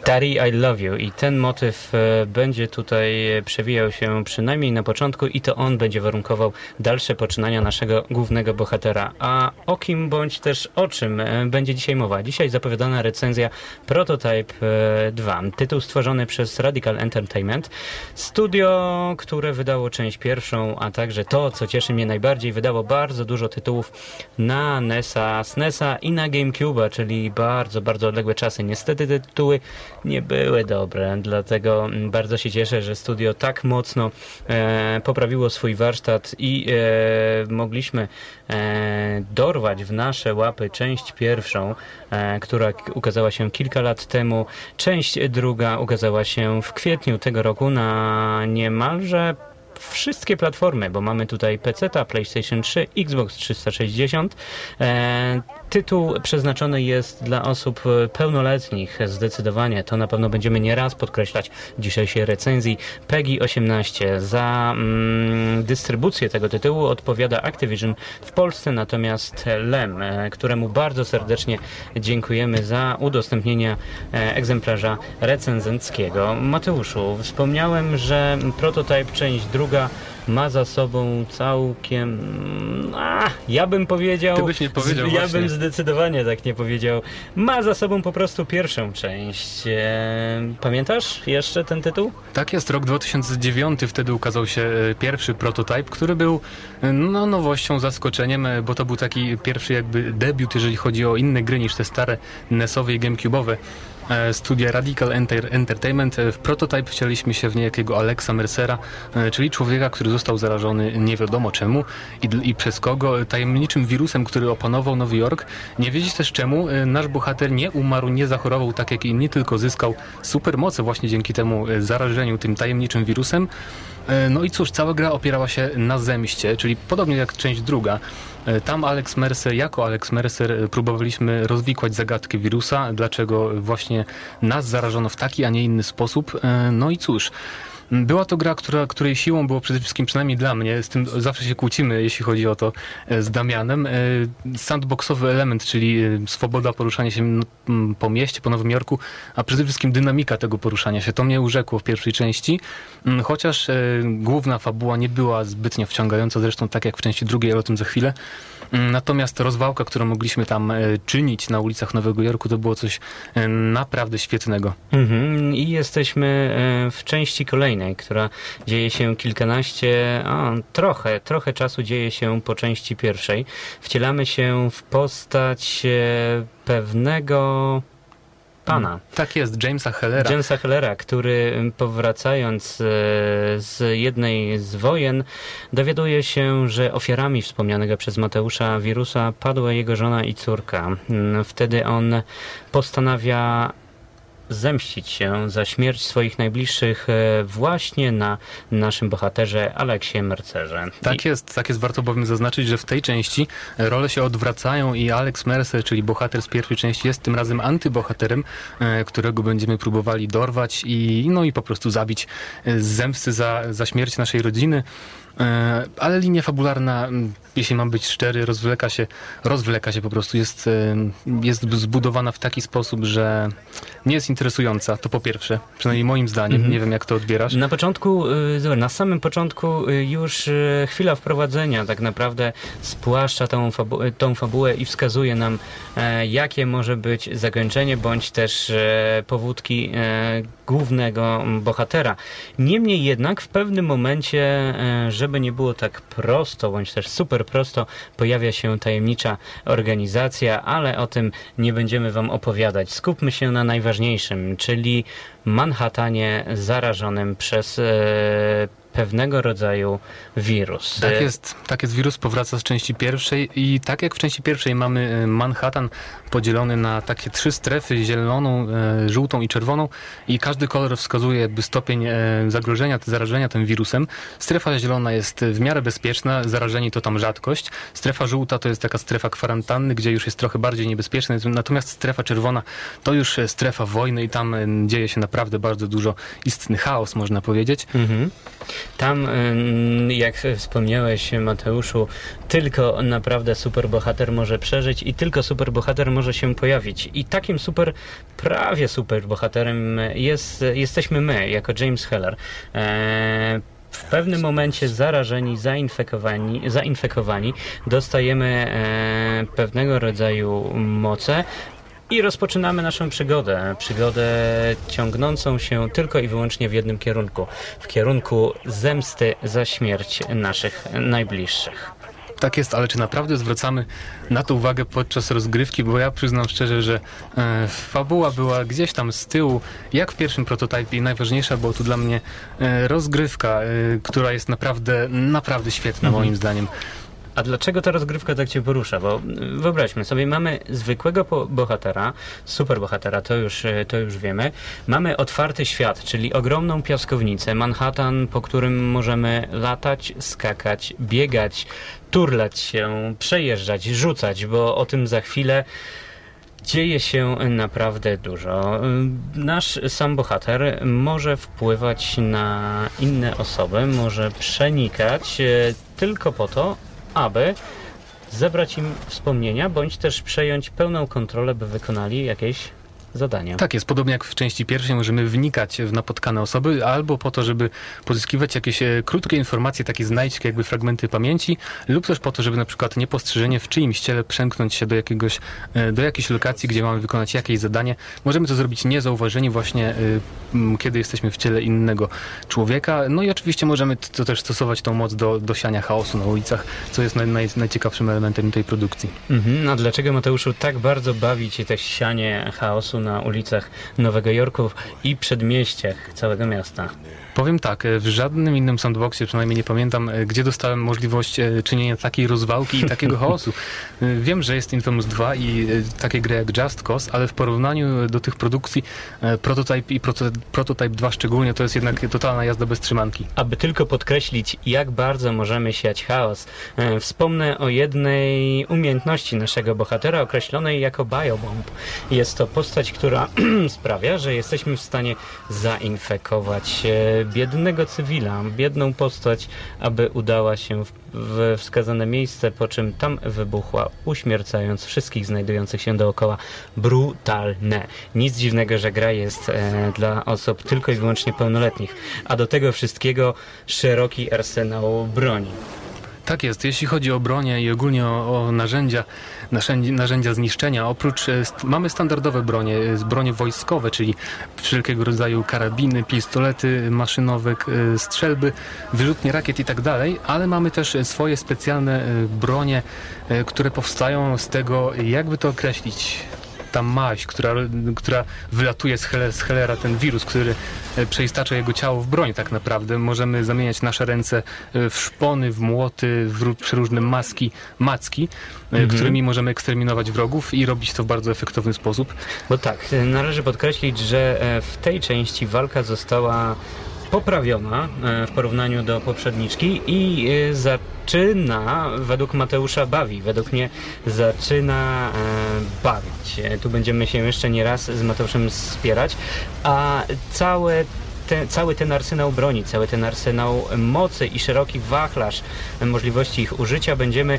Daddy, I Love You i ten motyw e, będzie tutaj przewijał się przynajmniej na początku i to on będzie warunkował dalsze poczynania naszego głównego bohatera. A o kim bądź też o czym e, będzie dzisiaj mowa? Dzisiaj zapowiadana recenzja Prototype e, dwa. Tytuł stworzony przez Radical Entertainment. Studio, które wydało część pierwszą, a także to, co cieszy mnie najbardziej, wydało bardzo dużo tytułów na N E S a, S N E S a i na GameCube'a, czyli bardzo, bardzo odległe czasy. Niestety te tytuły nie były dobre, dlatego bardzo się cieszę, że studio tak mocno e, poprawiło swój warsztat i e, mogliśmy e, dorwać w nasze łapy część pierwszą, e, która ukazała się kilka lat temu. Część druga ukazała się w kwietniu tego roku na niemalże wszystkie platformy, bo mamy tutaj peceta, PlayStation trzy, Xbox trzysta sześćdziesiąt. E, tytuł przeznaczony jest dla osób pełnoletnich, zdecydowanie. To na pewno będziemy nieraz podkreślać w dzisiejszej recenzji. PEGI osiemnaście. Za mm, dystrybucję tego tytułu odpowiada Activision w Polsce, natomiast Lem, e, któremu bardzo serdecznie dziękujemy za udostępnienie e, egzemplarza recenzenckiego. Mateuszu, wspomniałem, że Prototype część druga ma za sobą całkiem... A, ja bym powiedział... Ty byś nie powiedział z, Ja właśnie. bym zdecydowanie tak nie powiedział. Ma za sobą po prostu pierwszą część. E, pamiętasz jeszcze ten tytuł? Tak jest, rok dwa tysiące dziewiąty, wtedy ukazał się e, pierwszy Prototype, który był e, no, nowością, zaskoczeniem, e, bo to był taki pierwszy jakby debiut, jeżeli chodzi o inne gry niż te stare N E S owe i GameCube'owe. Studia Radical Enter- Entertainment. W Prototype wcieliśmy się w niejakiego Alexa Mercera, czyli człowieka, który został zarażony nie wiadomo czemu i, i przez kogo, tajemniczym wirusem, który opanował Nowy Jork. Nie wiedzieć też czemu nasz bohater nie umarł, nie zachorował tak jak inni, tylko zyskał supermoce właśnie dzięki temu zarażeniu tym tajemniczym wirusem. No i cóż, cała gra opierała się na zemście, czyli podobnie jak część druga. Tam Alex Mercer, jako Alex Mercer próbowaliśmy rozwikłać zagadkę wirusa, dlaczego właśnie nas zarażono w taki, a nie inny sposób. No i cóż, była to gra, która, której siłą było przede wszystkim, przynajmniej dla mnie, z tym zawsze się kłócimy, jeśli chodzi o to z Damianem, sandboxowy element, czyli swoboda poruszania się po mieście, po Nowym Jorku, a przede wszystkim dynamika tego poruszania się. To mnie urzekło w pierwszej części, chociaż główna fabuła nie była zbytnio wciągająca, zresztą tak jak w części drugiej, ale o tym za chwilę. Natomiast rozwałka, którą mogliśmy tam czynić na ulicach Nowego Jorku, to było coś naprawdę świetnego. Mhm. I jesteśmy w części kolejnej, która dzieje się kilkanaście, a trochę, trochę czasu dzieje się po części pierwszej. Wcielamy się w postać pewnego pana. Tak jest, Jamesa Hellera. Jamesa Hellera, który powracając z jednej z wojen dowiaduje się, że ofiarami wspomnianego przez Mateusza wirusa padła jego żona i córka. Wtedy on postanawia zemścić się za śmierć swoich najbliższych właśnie na naszym bohaterze Aleksie Mercerze. Tak I... jest, tak jest. Warto bowiem zaznaczyć, że w tej części role się odwracają i Alex Mercer, czyli bohater z pierwszej części, jest tym razem antybohaterem, którego będziemy próbowali dorwać i, no i po prostu zabić z zemsty za, za śmierć naszej rodziny. Ale linia fabularna, jeśli mam być szczery, rozwleka się, rozwleka się po prostu, jest, jest zbudowana w taki sposób, że nie jest interesująca, to po pierwsze, przynajmniej moim zdaniem, mm-hmm. nie wiem jak to odbierasz. Na początku, na samym początku już chwila wprowadzenia tak naprawdę spłaszcza tą, fabu- tą fabułę i wskazuje nam, jakie może być zakończenie, bądź też powódki głównego bohatera. Niemniej jednak w pewnym momencie, żeby nie było tak prosto, bądź też super prosto, pojawia się tajemnicza organizacja, ale o tym nie będziemy wam opowiadać. Skupmy się na najważniejszym, czyli Manhattanie zarażonym przez e, pewnego rodzaju wirus. Tak jest, tak jest, wirus powraca z części pierwszej i tak jak w części pierwszej mamy Manhattan podzielony na takie trzy strefy, zieloną, e, żółtą i czerwoną i każdy kolor wskazuje jakby stopień e, zagrożenia, zarażenia tym wirusem. Strefa zielona jest w miarę bezpieczna, zarażeni to tam rzadkość. Strefa żółta to jest taka strefa kwarantanny, gdzie już jest trochę bardziej niebezpieczne, natomiast strefa czerwona to już strefa wojny i tam dzieje się naprawdę bardzo dużo, istny chaos, można powiedzieć. Mhm. Tam, ym, jak wspomniałeś, Mateuszu, tylko naprawdę superbohater może przeżyć i tylko superbohater może się pojawić. I takim super, prawie superbohaterem jest, jesteśmy my, jako James Heller. Eee, W pewnym momencie zarażeni, zainfekowani, zainfekowani dostajemy e, pewnego rodzaju moce i rozpoczynamy naszą przygodę. Przygodę ciągnącą się tylko i wyłącznie w jednym kierunku. W kierunku zemsty za śmierć naszych najbliższych. Tak jest, ale czy naprawdę zwracamy na to uwagę podczas rozgrywki? Bo ja przyznam szczerze, że e, fabuła była gdzieś tam z tyłu, jak w pierwszym prototypie, i najważniejsza była tu dla mnie e, rozgrywka, e, która jest naprawdę, naprawdę świetna Mhm. moim zdaniem. A dlaczego ta rozgrywka tak cię porusza? Bo y, wyobraźmy sobie, mamy zwykłego po- bohatera, superbohatera, to już, y, to już wiemy. Mamy otwarty świat, czyli ogromną piaskownicę, Manhattan, po którym możemy latać, skakać, biegać, turlać się, przejeżdżać, rzucać, bo o tym za chwilę. Dzieje się naprawdę dużo. Nasz sam bohater może wpływać na inne osoby, może przenikać e, tylko po to, aby zebrać im wspomnienia, bądź też przejąć pełną kontrolę, by wykonali jakieś zadania. Tak jest, podobnie jak w części pierwszej możemy wnikać w napotkane osoby, albo po to, żeby pozyskiwać jakieś e, krótkie informacje, takie znajdźki, jakby fragmenty pamięci, lub też po to, żeby na przykład niepostrzeżenie w czyimś ciele przemknąć się do jakiegoś, e, do jakiejś lokacji, gdzie mamy wykonać jakieś zadanie. Możemy to zrobić niezauważeni właśnie, e, m, kiedy jesteśmy w ciele innego człowieka. No i oczywiście możemy t- to też stosować tą moc do, do siania chaosu na ulicach, co jest naj, naj, najciekawszym elementem tej produkcji. Mhm. A dlaczego, Mateuszu, tak bardzo bawi cię też sianie chaosu na ulicach Nowego Jorku i przedmieściach całego miasta? Powiem tak, w żadnym innym sandboxie, przynajmniej nie pamiętam, gdzie dostałem możliwość czynienia takiej rozwałki i takiego chaosu. Wiem, że jest Infamous dwa i takie gry jak Just Cause, ale w porównaniu do tych produkcji Prototype i Proto, Prototype dwa szczególnie, to jest jednak totalna jazda bez trzymanki. Aby tylko podkreślić, jak bardzo możemy siać chaos, e, wspomnę o jednej umiejętności naszego bohatera, określonej jako Biobomb. Jest to postać, która sprawia, że jesteśmy w stanie zainfekować e, biednego cywila, biedną postać, aby udała się w, w wskazane miejsce, po czym tam wybuchła, uśmiercając wszystkich znajdujących się dookoła. Brutalne. Nic dziwnego, że gra jest e, dla osób tylko i wyłącznie pełnoletnich. A do tego wszystkiego szeroki arsenał broni. Tak jest, jeśli chodzi o bronię i ogólnie o, o narzędzia, narzędzia, narzędzia zniszczenia, oprócz e, st- mamy standardowe bronie, e, bronie wojskowe, czyli wszelkiego rodzaju karabiny, pistolety maszynowe, e, strzelby, wyrzutnie rakiet i tak dalej, ale mamy też e, swoje specjalne e, bronie, e, które powstają z tego, jakby to określić, ta maź, która, która wylatuje z, Hel- z Hellera, ten wirus, który e, przeistacza jego ciało w broń tak naprawdę. Możemy zamieniać nasze ręce e, w szpony, w młoty, w ró- przeróżne maski, macki, e, Mhm. którymi możemy eksterminować wrogów i robić to w bardzo efektowny sposób. Bo tak, e, należy podkreślić, że e, w tej części walka została poprawiona e, w porównaniu do poprzedniczki i e, zaczyna, według Mateusza bawi, według mnie zaczyna e, bawić. E, Tu będziemy się jeszcze nie raz z Mateuszem spierać, a całe Te, cały ten arsenał broni, cały ten arsenał mocy i szeroki wachlarz możliwości ich użycia będziemy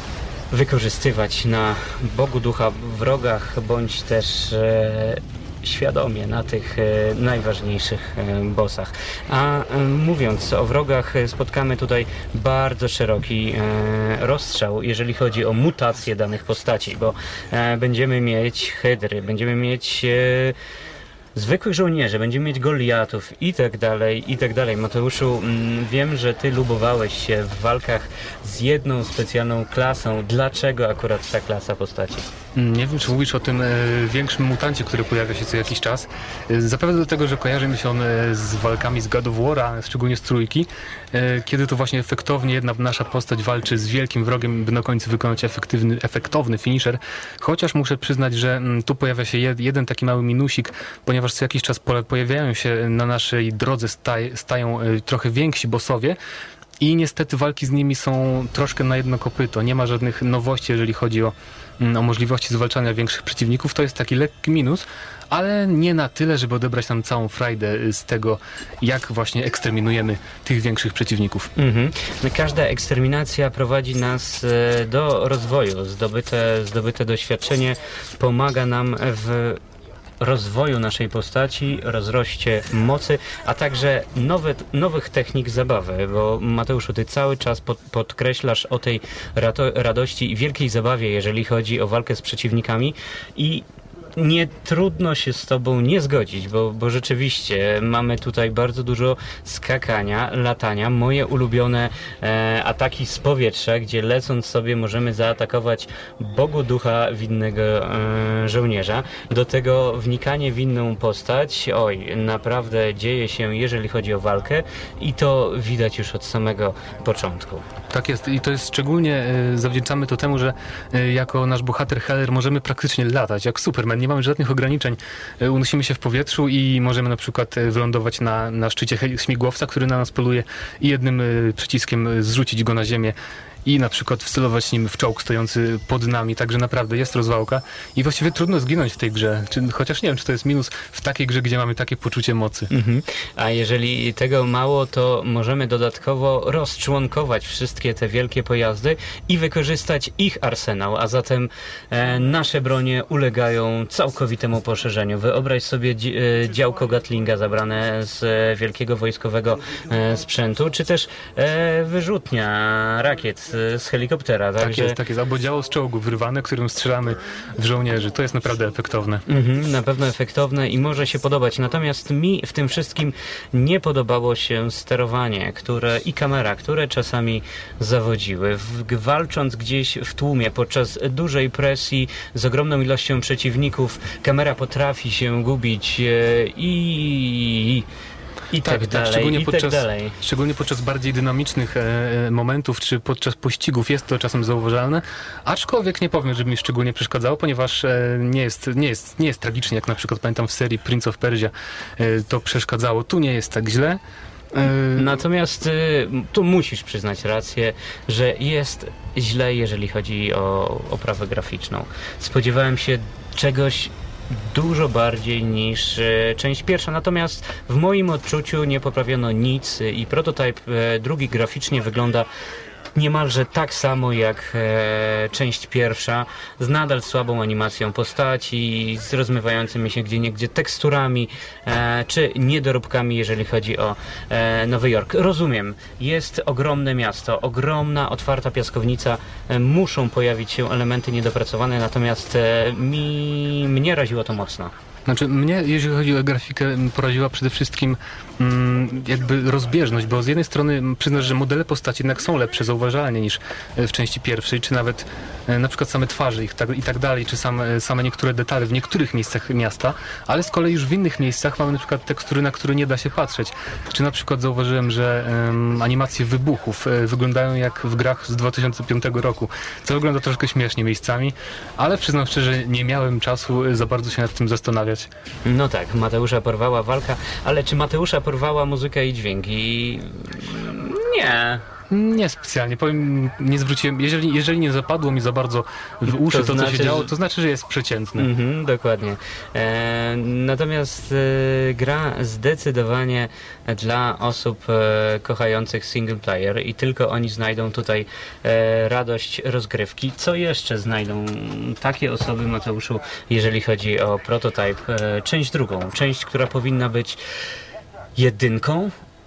wykorzystywać na Bogu ducha wrogach, bądź też e, świadomie na tych e, najważniejszych e, bossach. A e, mówiąc o wrogach, e, spotkamy tutaj bardzo szeroki e, rozstrzał, jeżeli chodzi o mutację danych postaci, bo e, będziemy mieć hydry, będziemy mieć e, zwykłych żołnierzy, będziemy mieć Goliatów i tak dalej, i tak dalej. Mateuszu, mm, wiem, że ty lubowałeś się w walkach z jedną specjalną klasą. Dlaczego akurat ta klasa postaci? Nie wiem, czy mówisz o tym e, większym mutancie, który pojawia się co jakiś czas. E, zapewne dlatego, że kojarzy mi się on e, z walkami z God of War'a, szczególnie z trójki, e, kiedy to właśnie efektownie jedna nasza postać walczy z wielkim wrogiem, by na końcu wykonać efektywny, efektowny finisher. Chociaż muszę przyznać, że m, tu pojawia się jed, jeden taki mały minusik, ponieważ co jakiś czas po, pojawiają się na naszej drodze staj, stają e, trochę więksi bossowie, i niestety walki z nimi są troszkę na jedno kopyto. Nie ma żadnych nowości, jeżeli chodzi o, o możliwości zwalczania większych przeciwników. To jest taki lekki minus, ale nie na tyle, żeby odebrać nam całą frajdę z tego, jak właśnie eksterminujemy tych większych przeciwników. Mhm. Każda eksterminacja prowadzi nas e, do rozwoju. Zdobyte, zdobyte doświadczenie pomaga nam w rozwoju naszej postaci, rozroście mocy, a także nowe, nowych technik zabawy, bo Mateuszu, ty cały czas pod, podkreślasz o tej rato, radości i wielkiej zabawie, jeżeli chodzi o walkę z przeciwnikami i nie trudno się z tobą nie zgodzić, bo, bo rzeczywiście mamy tutaj bardzo dużo skakania, latania, moje ulubione e, ataki z powietrza, gdzie lecąc sobie możemy zaatakować Bogu ducha winnego e, żołnierza. Do tego wnikanie w inną postać, oj, naprawdę dzieje się, jeżeli chodzi o walkę i to widać już od samego początku. Tak jest i to jest szczególnie, e, zawdzięczamy to temu, że e, jako nasz bohater Heller możemy praktycznie latać, jak Superman. Nie mamy żadnych ograniczeń. E, unosimy się w powietrzu i możemy na przykład e, wylądować na, na szczycie śmigłowca, który na nas poluje i jednym e, przyciskiem e, zrzucić go na ziemię i na przykład wcelować nim w czołg stojący pod nami, także naprawdę jest rozwałka i właściwie trudno zginąć w tej grze, czy, chociaż nie wiem, czy to jest minus w takiej grze, gdzie mamy takie poczucie mocy. Mhm. A jeżeli tego mało, to możemy dodatkowo rozczłonkować wszystkie te wielkie pojazdy i wykorzystać ich arsenał, a zatem e, nasze bronie ulegają całkowitemu poszerzeniu. Wyobraź sobie dzi- e, działko Gatlinga zabrane z e, wielkiego wojskowego e, sprzętu, czy też e, wyrzutnia rakiet z helikoptera. Tak Także... jest, tak jest. Albo działo z czołgu wyrwane, którym strzelamy w żołnierzy. To jest naprawdę efektowne. Mhm, na pewno efektowne i może się podobać. Natomiast mi w tym wszystkim nie podobało się sterowanie, które i kamera, które czasami zawodziły. W, walcząc gdzieś w tłumie podczas dużej presji z ogromną ilością przeciwników, kamera potrafi się gubić e, i... I tak, tak, dalej, tak, szczególnie i podczas, tak dalej. Szczególnie podczas bardziej dynamicznych e, momentów, czy podczas pościgów jest to czasem zauważalne, aczkolwiek nie powiem, żeby mi szczególnie przeszkadzało, ponieważ e, nie, jest, nie, jest, nie jest tragicznie, jak na przykład pamiętam w serii Prince of Persia e, to przeszkadzało. Tu nie jest tak źle. E, Natomiast y, tu musisz przyznać rację, że jest źle, jeżeli chodzi o oprawę graficzną. Spodziewałem się czegoś dużo bardziej niż e, część pierwsza, natomiast w moim odczuciu nie poprawiono nic i prototyp e, drugi graficznie wygląda niemalże tak samo jak e, część pierwsza, z nadal słabą animacją postaci, z rozmywającymi się gdzieniegdzie teksturami, e, czy niedoróbkami, jeżeli chodzi o e, Nowy Jork. Rozumiem, jest ogromne miasto, ogromna, otwarta piaskownica, e, muszą pojawić się elementy niedopracowane, natomiast e, mi, mnie raziło to mocno. Znaczy mnie, jeżeli chodzi o grafikę, poraziła przede wszystkim mm, jakby rozbieżność, bo z jednej strony przyznasz, że modele postaci jednak są lepsze zauważalnie niż w części pierwszej, czy nawet e, na przykład same twarze ich tak, i tak dalej, czy same, same niektóre detale w niektórych miejscach miasta, ale z kolei już w innych miejscach mamy na przykład tekstury, na które nie da się patrzeć. Czy na przykład zauważyłem, że um, animacje wybuchów e, wyglądają jak w grach z dwa tysiące piątego roku, co wygląda troszkę śmiesznie miejscami, ale przyznam szczerze, nie miałem czasu za bardzo się nad tym zastanawiać. No tak, Mateusza porwała walka, ale czy Mateusza porwała muzyka i dźwięki? Nie. Nie specjalnie, powiem, nie zwróciłem, jeżeli, jeżeli nie zapadło mi za bardzo w uszy to, to znaczy, co się działo, że... to znaczy, że jest przeciętny. Mhm, dokładnie. E, natomiast e, gra zdecydowanie dla osób e, kochających single player i tylko oni znajdą tutaj e, radość rozgrywki. Co jeszcze znajdą takie osoby, Mateuszu, jeżeli chodzi o prototyp? E, część drugą, część, która powinna być jedynką,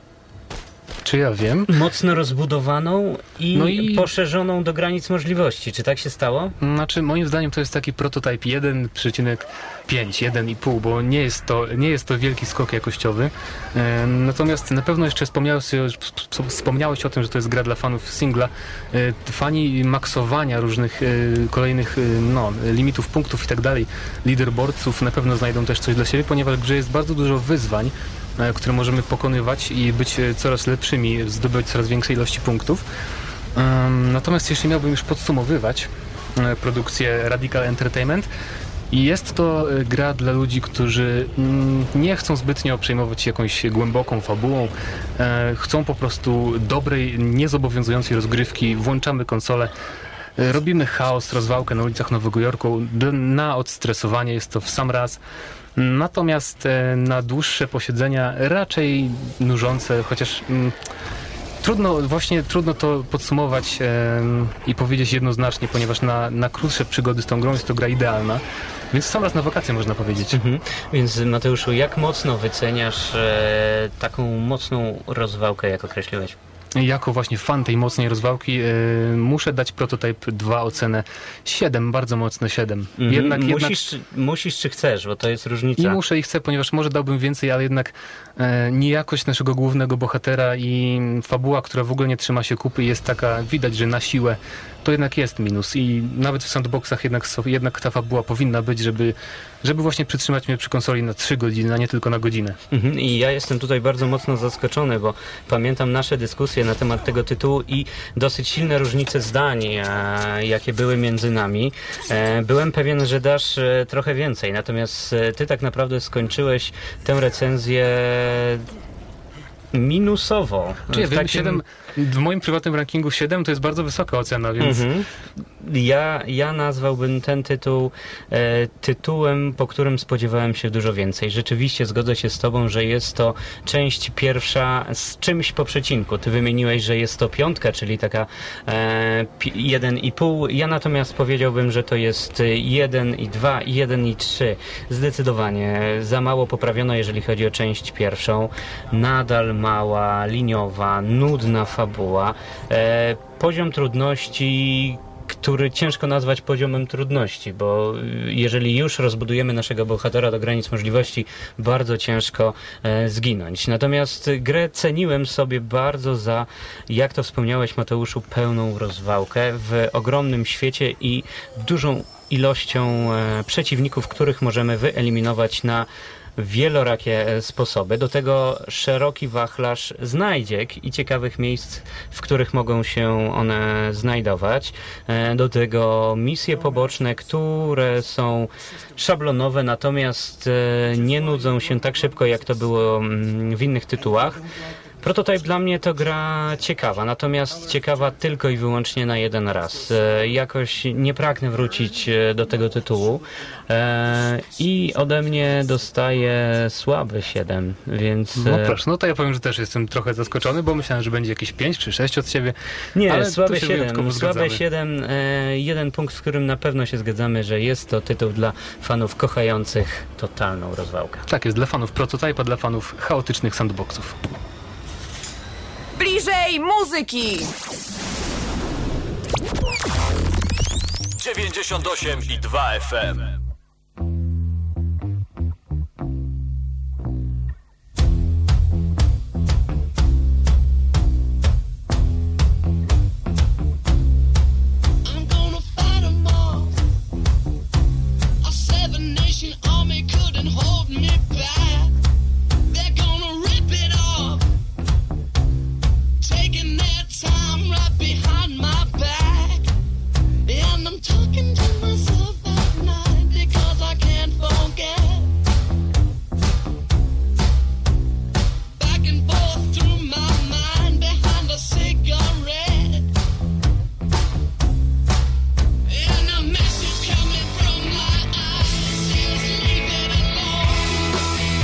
Czy ja wiem? mocno rozbudowaną i, No i- poszerzoną do granic możliwości. Czy tak się stało? Znaczy, moim zdaniem to jest taki prototyp jeden przecinek pięć, jeden i pół, bo nie jest to, nie jest to wielki skok jakościowy. E, natomiast na pewno jeszcze wspomniałeś, wspomniałeś o tym, że to jest gra dla fanów singla. E, fani maksowania różnych e, kolejnych e, no, limitów punktów i tak dalej, leaderboardców na pewno znajdą też coś dla siebie, ponieważ w grze jest bardzo dużo wyzwań, e, które możemy pokonywać i być e, coraz lepszymi, zdobywać coraz większej ilości punktów. E, natomiast jeśli miałbym już podsumowywać e, produkcję Radical Entertainment, I jest to e, gra dla ludzi, którzy mm, nie chcą zbytnio przejmować się jakąś głęboką fabułą, e, chcą po prostu dobrej, niezobowiązującej rozgrywki, włączamy konsolę, e, robimy chaos, rozwałkę na ulicach Nowego Jorku, d- na odstresowanie jest to w sam raz. Natomiast e, na dłuższe posiedzenia raczej nużące, chociaż mm, trudno, właśnie trudno to podsumować e, i powiedzieć jednoznacznie, ponieważ na, na krótsze przygody z tą grą jest to gra idealna, więc w sam raz na wakacje można powiedzieć. Mhm. Więc Mateuszu, jak mocno wyceniasz e, taką mocną rozwałkę, jak określiłeś? Jako właśnie fan tej mocnej rozwałki e, muszę dać Prototype dwa ocenę siedem, bardzo mocne siedem. Mhm. Jednak, musisz, jednak... musisz czy chcesz, bo to jest różnica. I muszę i chcę, ponieważ może dałbym więcej, ale jednak e, niejakość naszego głównego bohatera i fabuła, która w ogóle nie trzyma się kupy, jest taka, widać, że na siłę, to jednak jest minus. I nawet w sandboxach jednak, jednak ta fabuła powinna być, żeby, żeby właśnie przytrzymać mnie przy konsoli na trzy godziny, a nie tylko na godzinę. Mhm. I ja jestem tutaj bardzo mocno zaskoczony, bo pamiętam nasze dyskusje na temat tego tytułu i dosyć silne różnice zdań, e, jakie były między nami. E, byłem pewien, że dasz e, trochę więcej, natomiast e, ty tak naprawdę skończyłeś tę recenzję minusowo. Czy ja W wiem, takim- siedem, w moim prywatnym rankingu siedem to jest bardzo wysoka ocena, więc Mhm. Ja, ja nazwałbym ten tytuł e, tytułem, po którym spodziewałem się dużo więcej. Rzeczywiście zgodzę się z tobą, że jest to część pierwsza z czymś po przecinku. Ty wymieniłeś, że jest to piątka, czyli taka e, pi, jeden i pół. Ja natomiast powiedziałbym, że to jest jeden i dwa i jeden i trzy. Zdecydowanie za mało poprawiono, jeżeli chodzi o część pierwszą. Nadal mała, liniowa, nudna fabuła. E, poziom trudności, który ciężko nazwać poziomem trudności, bo jeżeli już rozbudujemy naszego bohatera do granic możliwości, bardzo ciężko e, zginąć. Natomiast grę ceniłem sobie bardzo za, jak to wspomniałeś, Mateuszu, pełną rozwałkę w ogromnym świecie i dużą ilością e, przeciwników, których możemy wyeliminować na wielorakie sposoby. Do tego szeroki wachlarz znajdziek i ciekawych miejsc, w których mogą się one znajdować. Do tego misje poboczne, które są szablonowe, natomiast nie nudzą się tak szybko, jak to było w innych tytułach. Prototype dla mnie to gra ciekawa, natomiast ciekawa tylko i wyłącznie na jeden raz. E, jakoś nie pragnę wrócić do tego tytułu e, i ode mnie dostaje słaby siedem, więc... no e, proszę, no to ja powiem, że też jestem trochę zaskoczony, bo myślałem, że będzie jakieś pięć czy sześć od siebie. Nie, ale słabe tu się wyjątkowo siedem. Słabe zgadzamy. siedem. E, jeden punkt, w którym na pewno się zgadzamy, że jest to tytuł dla fanów kochających totalną rozwałkę. Tak jest, dla fanów Prototype'a, dla fanów chaotycznych sandboxów. Bliżej muzyki! dziewięćdziesiąt osiem i dwa F M. I'm gonna fight 'em all. A seven nation army couldn't hold me back. They're gonna rip it off, taking their time right behind my back. And I'm talking to myself at night because I can't forget. Back and forth through my mind behind a cigarette. And a message coming from my eyes is leave it alone.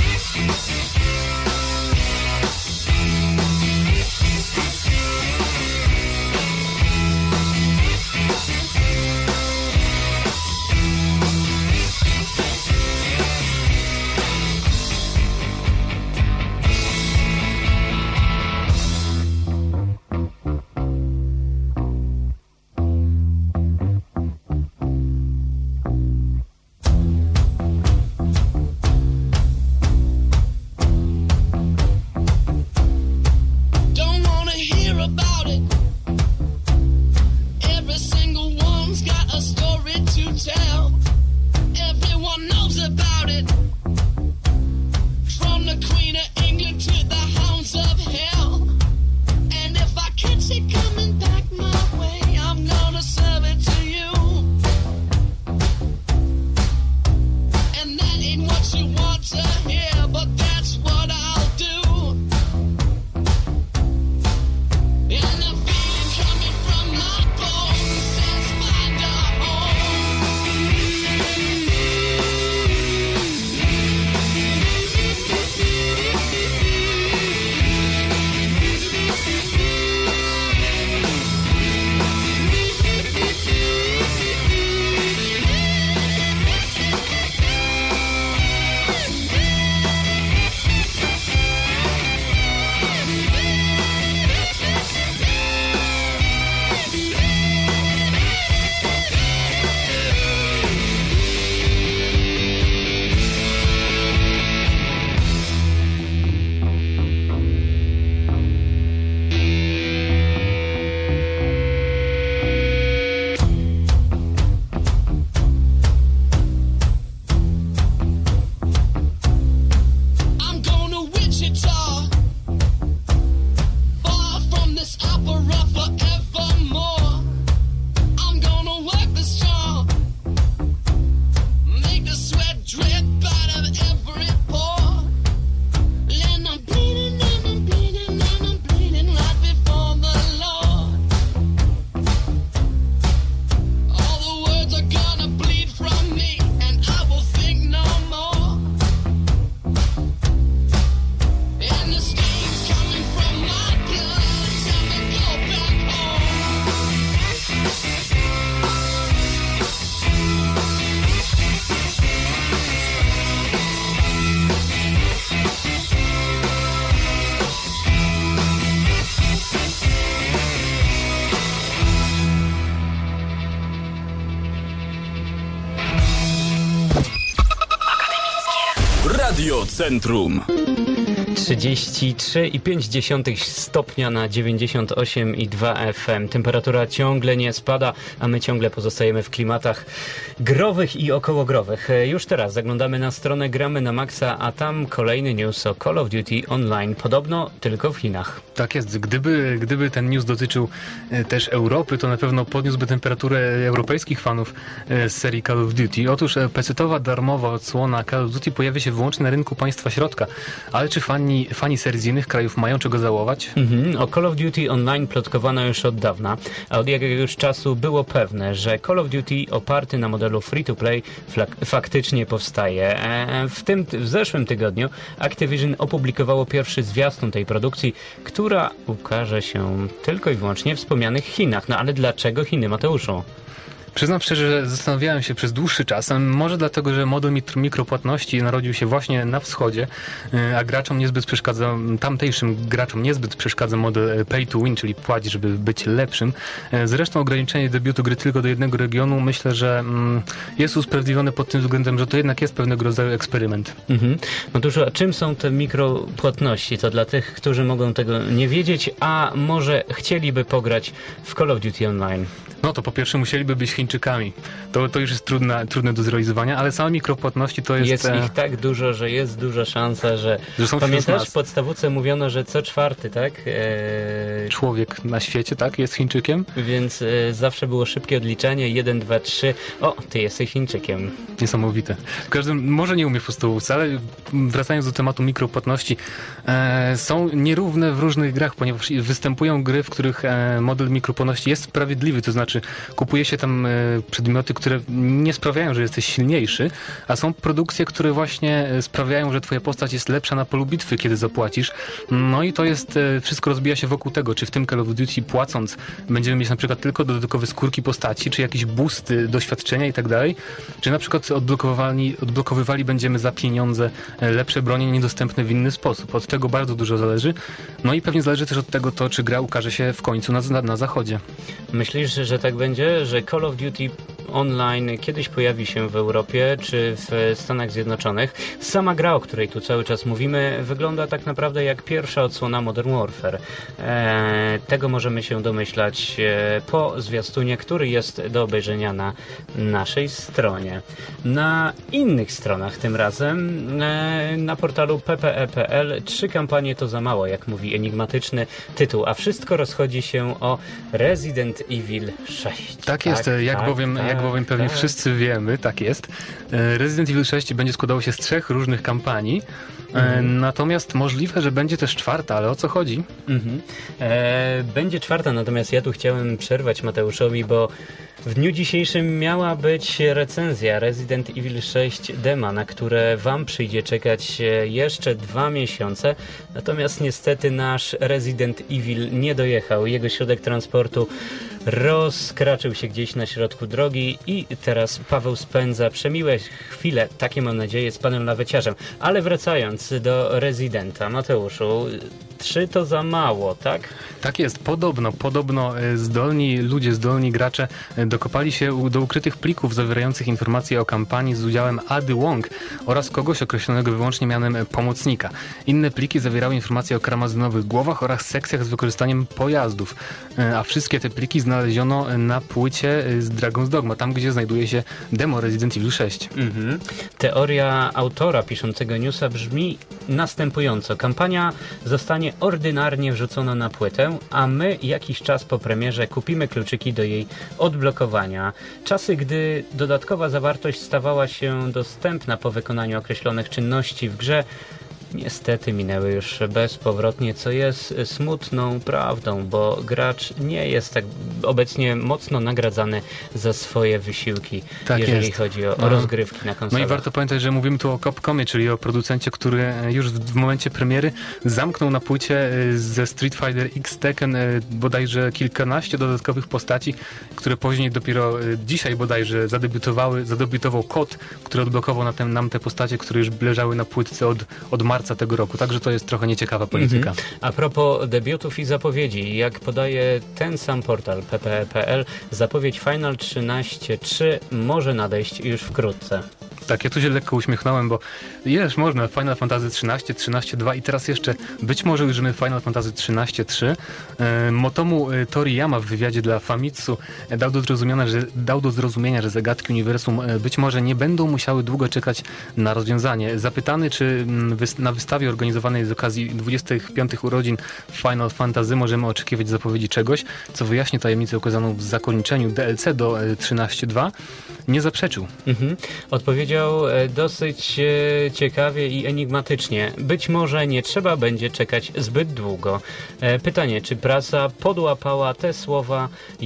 Don't wanna hear about it. Every single one's got a story to tell. Everyone knows about it. From the Queen of England to the hounds of hell. And if I catch it coming back my way, I'm gonna serve it to you. Radio Centrum. trzydzieści trzy i pięć dziesiątych stopnia na dziewięćdziesiąt osiem i dwa F M. Temperatura ciągle nie spada, a my ciągle pozostajemy w klimatach growych i okołogrowych. Już teraz zaglądamy na stronę Gramy na Maxa, a tam kolejny news o Call of Duty Online. Podobno tylko w Chinach. Tak jest. Gdyby, gdyby ten news dotyczył e, też Europy, to na pewno podniósłby temperaturę europejskich fanów e, z serii Call of Duty. Otóż e, pecetowa darmowa odsłona Call of Duty pojawi się wyłącznie na rynku państwa środka. Ale czy fani, fani serii z innych krajów mają czego żałować? Mhm. O Call of Duty Online plotkowano już od dawna, a od jakiegoś czasu było pewne, że Call of Duty oparty na modelu free-to-play flak- faktycznie powstaje. E, w tym, w zeszłym tygodniu Activision opublikowało pierwszy zwiastun tej produkcji, która ukaże się tylko i wyłącznie w wspomnianych Chinach. No ale dlaczego Chiny, Mateuszu? Przyznam szczerze, że zastanawiałem się przez dłuższy czas, może dlatego, że model mikropłatności narodził się właśnie na wschodzie, a graczom niezbyt przeszkadza, tamtejszym graczom niezbyt przeszkadza model pay to win, czyli płać, żeby być lepszym. Zresztą ograniczenie debiutu gry tylko do jednego regionu myślę, że jest usprawiedliwione pod tym względem, że to jednak jest pewnego rodzaju eksperyment. Mhm. No to już, a czym są te mikropłatności? To dla tych, którzy mogą tego nie wiedzieć, a może chcieliby pograć w Call of Duty Online. No to po pierwsze musieliby być Chińczykami. To, to już jest trudne, trudne do zrealizowania, ale same mikropłatności to jest... Jest ich tak dużo, że jest duża szansa, że... że są Pamiętasz, w podstawówce mówiono, że co czwarty, tak? Eee... Człowiek na świecie, tak? Jest Chińczykiem. Więc e, zawsze było szybkie odliczanie. jeden, dwa, trzy. O, ty jesteś Chińczykiem. Niesamowite. W każdym, może nie umiem w podstawówce, ale wracając do tematu mikropłatności, e, są nierówne w różnych grach, ponieważ występują gry, w których e, model mikropłatności jest sprawiedliwy, to znaczy kupuje się tam e, przedmioty, które nie sprawiają, że jesteś silniejszy, a są produkcje, które właśnie sprawiają, że twoja postać jest lepsza na polu bitwy, kiedy zapłacisz. No i to jest, e, wszystko rozbija się wokół tego, czy w tym Call of Duty płacąc będziemy mieć na przykład tylko dodatkowe skórki postaci, czy jakieś boosty doświadczenia i tak dalej, czy na przykład odblokowywali, odblokowywali będziemy za pieniądze lepsze bronie niedostępne w inny sposób. Od tego bardzo dużo zależy. No i pewnie zależy też od tego to, czy gra ukaże się w końcu na, na, na zachodzie. Myślisz, że tak będzie, że Call of Duty Online kiedyś pojawi się w Europie czy w Stanach Zjednoczonych? Sama gra, o której tu cały czas mówimy, wygląda tak naprawdę jak pierwsza odsłona Modern Warfare. Eee, tego możemy się domyślać e, po zwiastunie, który jest do obejrzenia na naszej stronie. Na innych stronach tym razem, e, na portalu p p e kropka p l, trzy kampanie to za mało, jak mówi enigmatyczny tytuł, a wszystko rozchodzi się o Resident Evil sześć. Tak jest, tak, jak, tak, bowiem, tak, jak bowiem pewnie tak. wszyscy wiemy, tak jest. Resident Evil sześć będzie składało się z trzech różnych kampanii, mhm. natomiast możliwe, że będzie też czwarta, ale o co chodzi? Mhm. E, będzie czwarta, natomiast ja tu chciałem przerwać Mateuszowi, bo w dniu dzisiejszym miała być recenzja Resident Evil sześć dema, na które wam przyjdzie czekać jeszcze dwa miesiące. Natomiast niestety nasz Resident Evil nie dojechał. Jego środek transportu rozkraczył się gdzieś na środku drogi i teraz Paweł spędza przemiłe chwile, takie mam nadzieję, z panem laweciarzem. Ale wracając do Residenta, Mateuszu, trzy to za mało, tak? Tak jest, podobno, podobno zdolni ludzie, zdolni gracze dokopali się do ukrytych plików zawierających informacje o kampanii z udziałem Ady Wong oraz kogoś określonego wyłącznie mianem pomocnika. Inne pliki zawierały informacje o karmazynowych głowach oraz sekcjach z wykorzystaniem pojazdów, a wszystkie te pliki znaleziono na płycie z Dragon's Dogma, tam gdzie znajduje się demo Resident Evil sześć. Mhm. Teoria autora piszącego newsa brzmi następująco. Kampania zostanie ordynarnie wrzucona na płytę, a my jakiś czas po premierze kupimy kluczyki do jej odblokowania. Czasy, gdy dodatkowa zawartość stawała się dostępna po wykonaniu określonych czynności w grze, niestety minęły już bezpowrotnie, co jest smutną prawdą, bo gracz nie jest tak obecnie mocno nagradzany za swoje wysiłki, tak jeżeli jest. chodzi o, o rozgrywki na konsolach. No i warto pamiętać, że mówimy tu o Capcomie, czyli o producencie, który już w momencie premiery zamknął na płycie ze Street Fighter X Tekken bodajże kilkanaście dodatkowych postaci, które później dopiero dzisiaj bodajże zadebiutowały, zadebiutował kod, który odblokował na tem, nam te postacie, które już leżały na płytce od, od marca tego roku, także to jest trochę nieciekawa polityka. Mm-hmm. A propos debiutów i zapowiedzi, jak podaje ten sam portal p p e kropka p l, zapowiedź Final trzynaście trzy może nadejść już wkrótce. Tak, ja tu się lekko uśmiechnąłem, bo ileż można, Final Fantasy trzynaście, trzynaście dwa i teraz jeszcze być może użymy Final Fantasy trzynaście trzy. E, Motomu e, Toriyama w wywiadzie dla Famitsu e, dał, do zrozumienia, że, dał do zrozumienia, że zagadki uniwersum e, być może nie będą musiały długo czekać na rozwiązanie. Zapytany, czy m, wys- na wystawie organizowanej z okazji dwudziestych piątych urodzin Final Fantasy możemy oczekiwać zapowiedzi czegoś, co wyjaśni tajemnicę ukazaną w zakończeniu D L C do e, trzynaście dwa, nie zaprzeczył. Mhm. Odpowiedział e, dosyć e, ciekawie i enigmatycznie. Być może nie trzeba będzie czekać zbyt długo. E, pytanie, czy prasa podłapała te słowa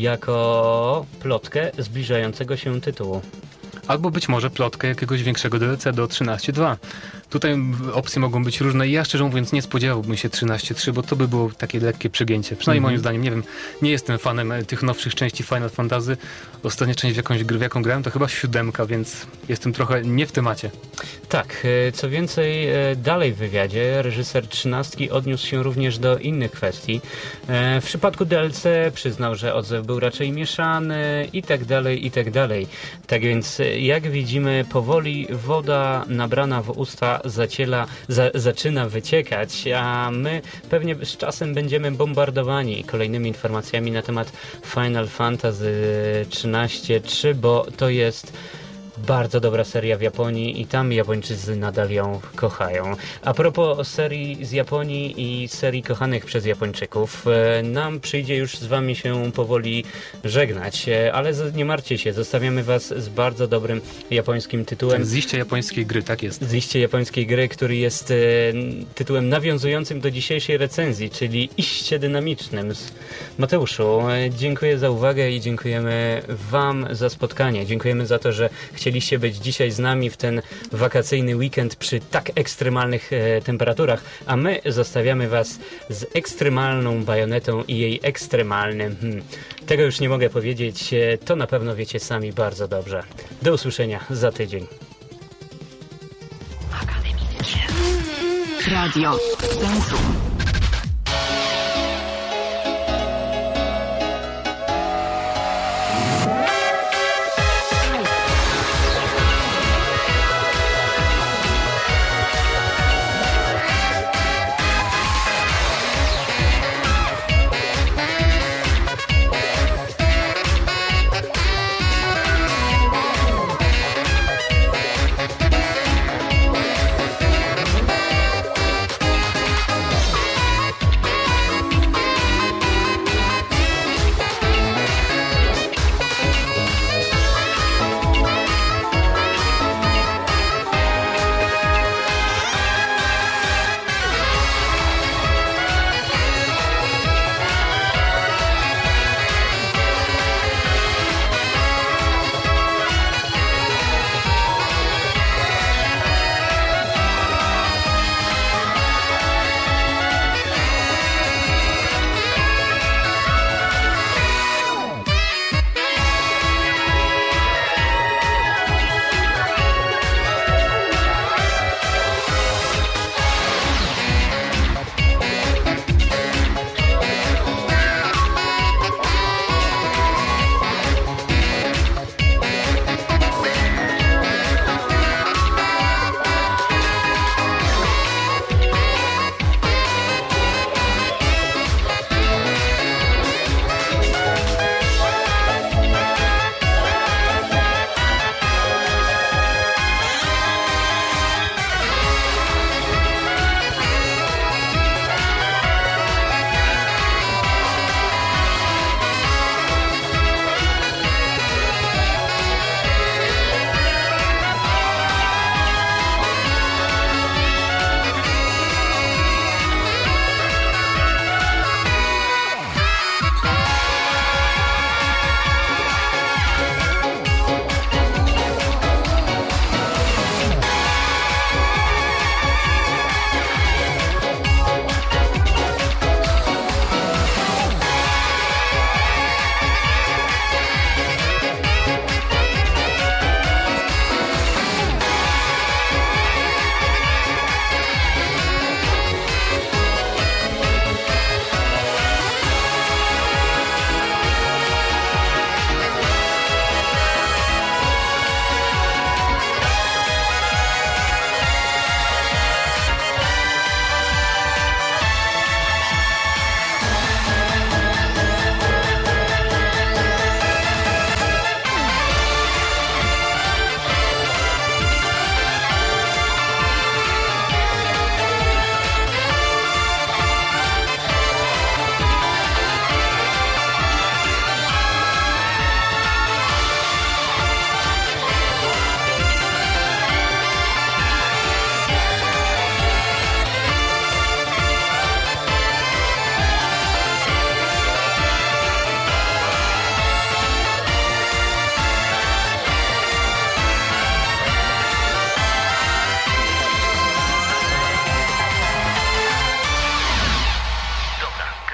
jako plotkę zbliżającego się tytułu? Albo być może plotkę jakiegoś większego D L C do trzynaście dwa. Tutaj opcje mogą być różne i ja szczerze mówiąc nie spodziewałbym się trzynaście trzy, bo to by było takie lekkie przegięcie. Przynajmniej Mhm. moim zdaniem, nie wiem, nie jestem fanem e, tych nowszych części Final Fantasy. Ostatnia część, w, jakąś, gr- w jaką grałem, to chyba siódemka, więc jestem trochę nie w temacie. Tak, e, co więcej, e, dalej w wywiadzie reżyser trzynastki odniósł się również do innych kwestii. E, W przypadku D L C przyznał, że odzew był raczej mieszany i tak dalej, i tak dalej. Tak więc, e, jak widzimy, powoli woda nabrana w usta zaciela, za, zaczyna wyciekać, a my pewnie z czasem będziemy bombardowani kolejnymi informacjami na temat Final Fantasy trzynaście trzy, bo to jest bardzo dobra seria w Japonii i tam Japończycy nadal ją kochają. A propos serii z Japonii i serii kochanych przez Japończyków, e, nam przyjdzie już z wami się powoli żegnać, e, ale z- nie martwcie się, zostawiamy was z bardzo dobrym japońskim tytułem. Z iście japońskiej gry, tak jest. Z iście japońskiej gry, który jest e, tytułem nawiązującym do dzisiejszej recenzji, czyli iście dynamicznym. Z- Mateuszu, e, dziękuję za uwagę i dziękujemy wam za spotkanie. Dziękujemy za to, że chcieliście być dzisiaj z nami w ten wakacyjny weekend przy tak ekstremalnych e, temperaturach, a my zostawiamy was z ekstremalną bajonetą i jej ekstremalnym... Hmm, tego już nie mogę powiedzieć, e, to na pewno wiecie sami bardzo dobrze. Do usłyszenia za tydzień. Radio Centrum.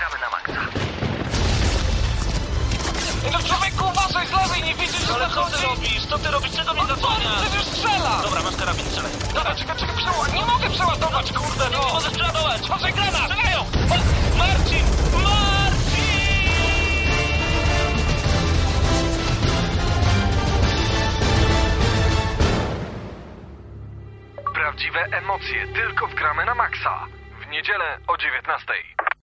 gramy na maksa. No człowieku, uważaj z lewej, nie widzisz, że Ale co ty zachodzi? robisz? Co ty robisz? Czego mnie On zasłaniasz? przecież strzela! Dobra, masz karabin, strzelaj. Dobra, czekaj, czekaj, przeładować. Nie mogę przeładować, kurde, Nie no! możesz przeładować! Uważaj, granat! Strzelają! O, Marcin! Marcin! Prawdziwe emocje tylko w gramy na maksa. W niedzielę o dziewiętnastej.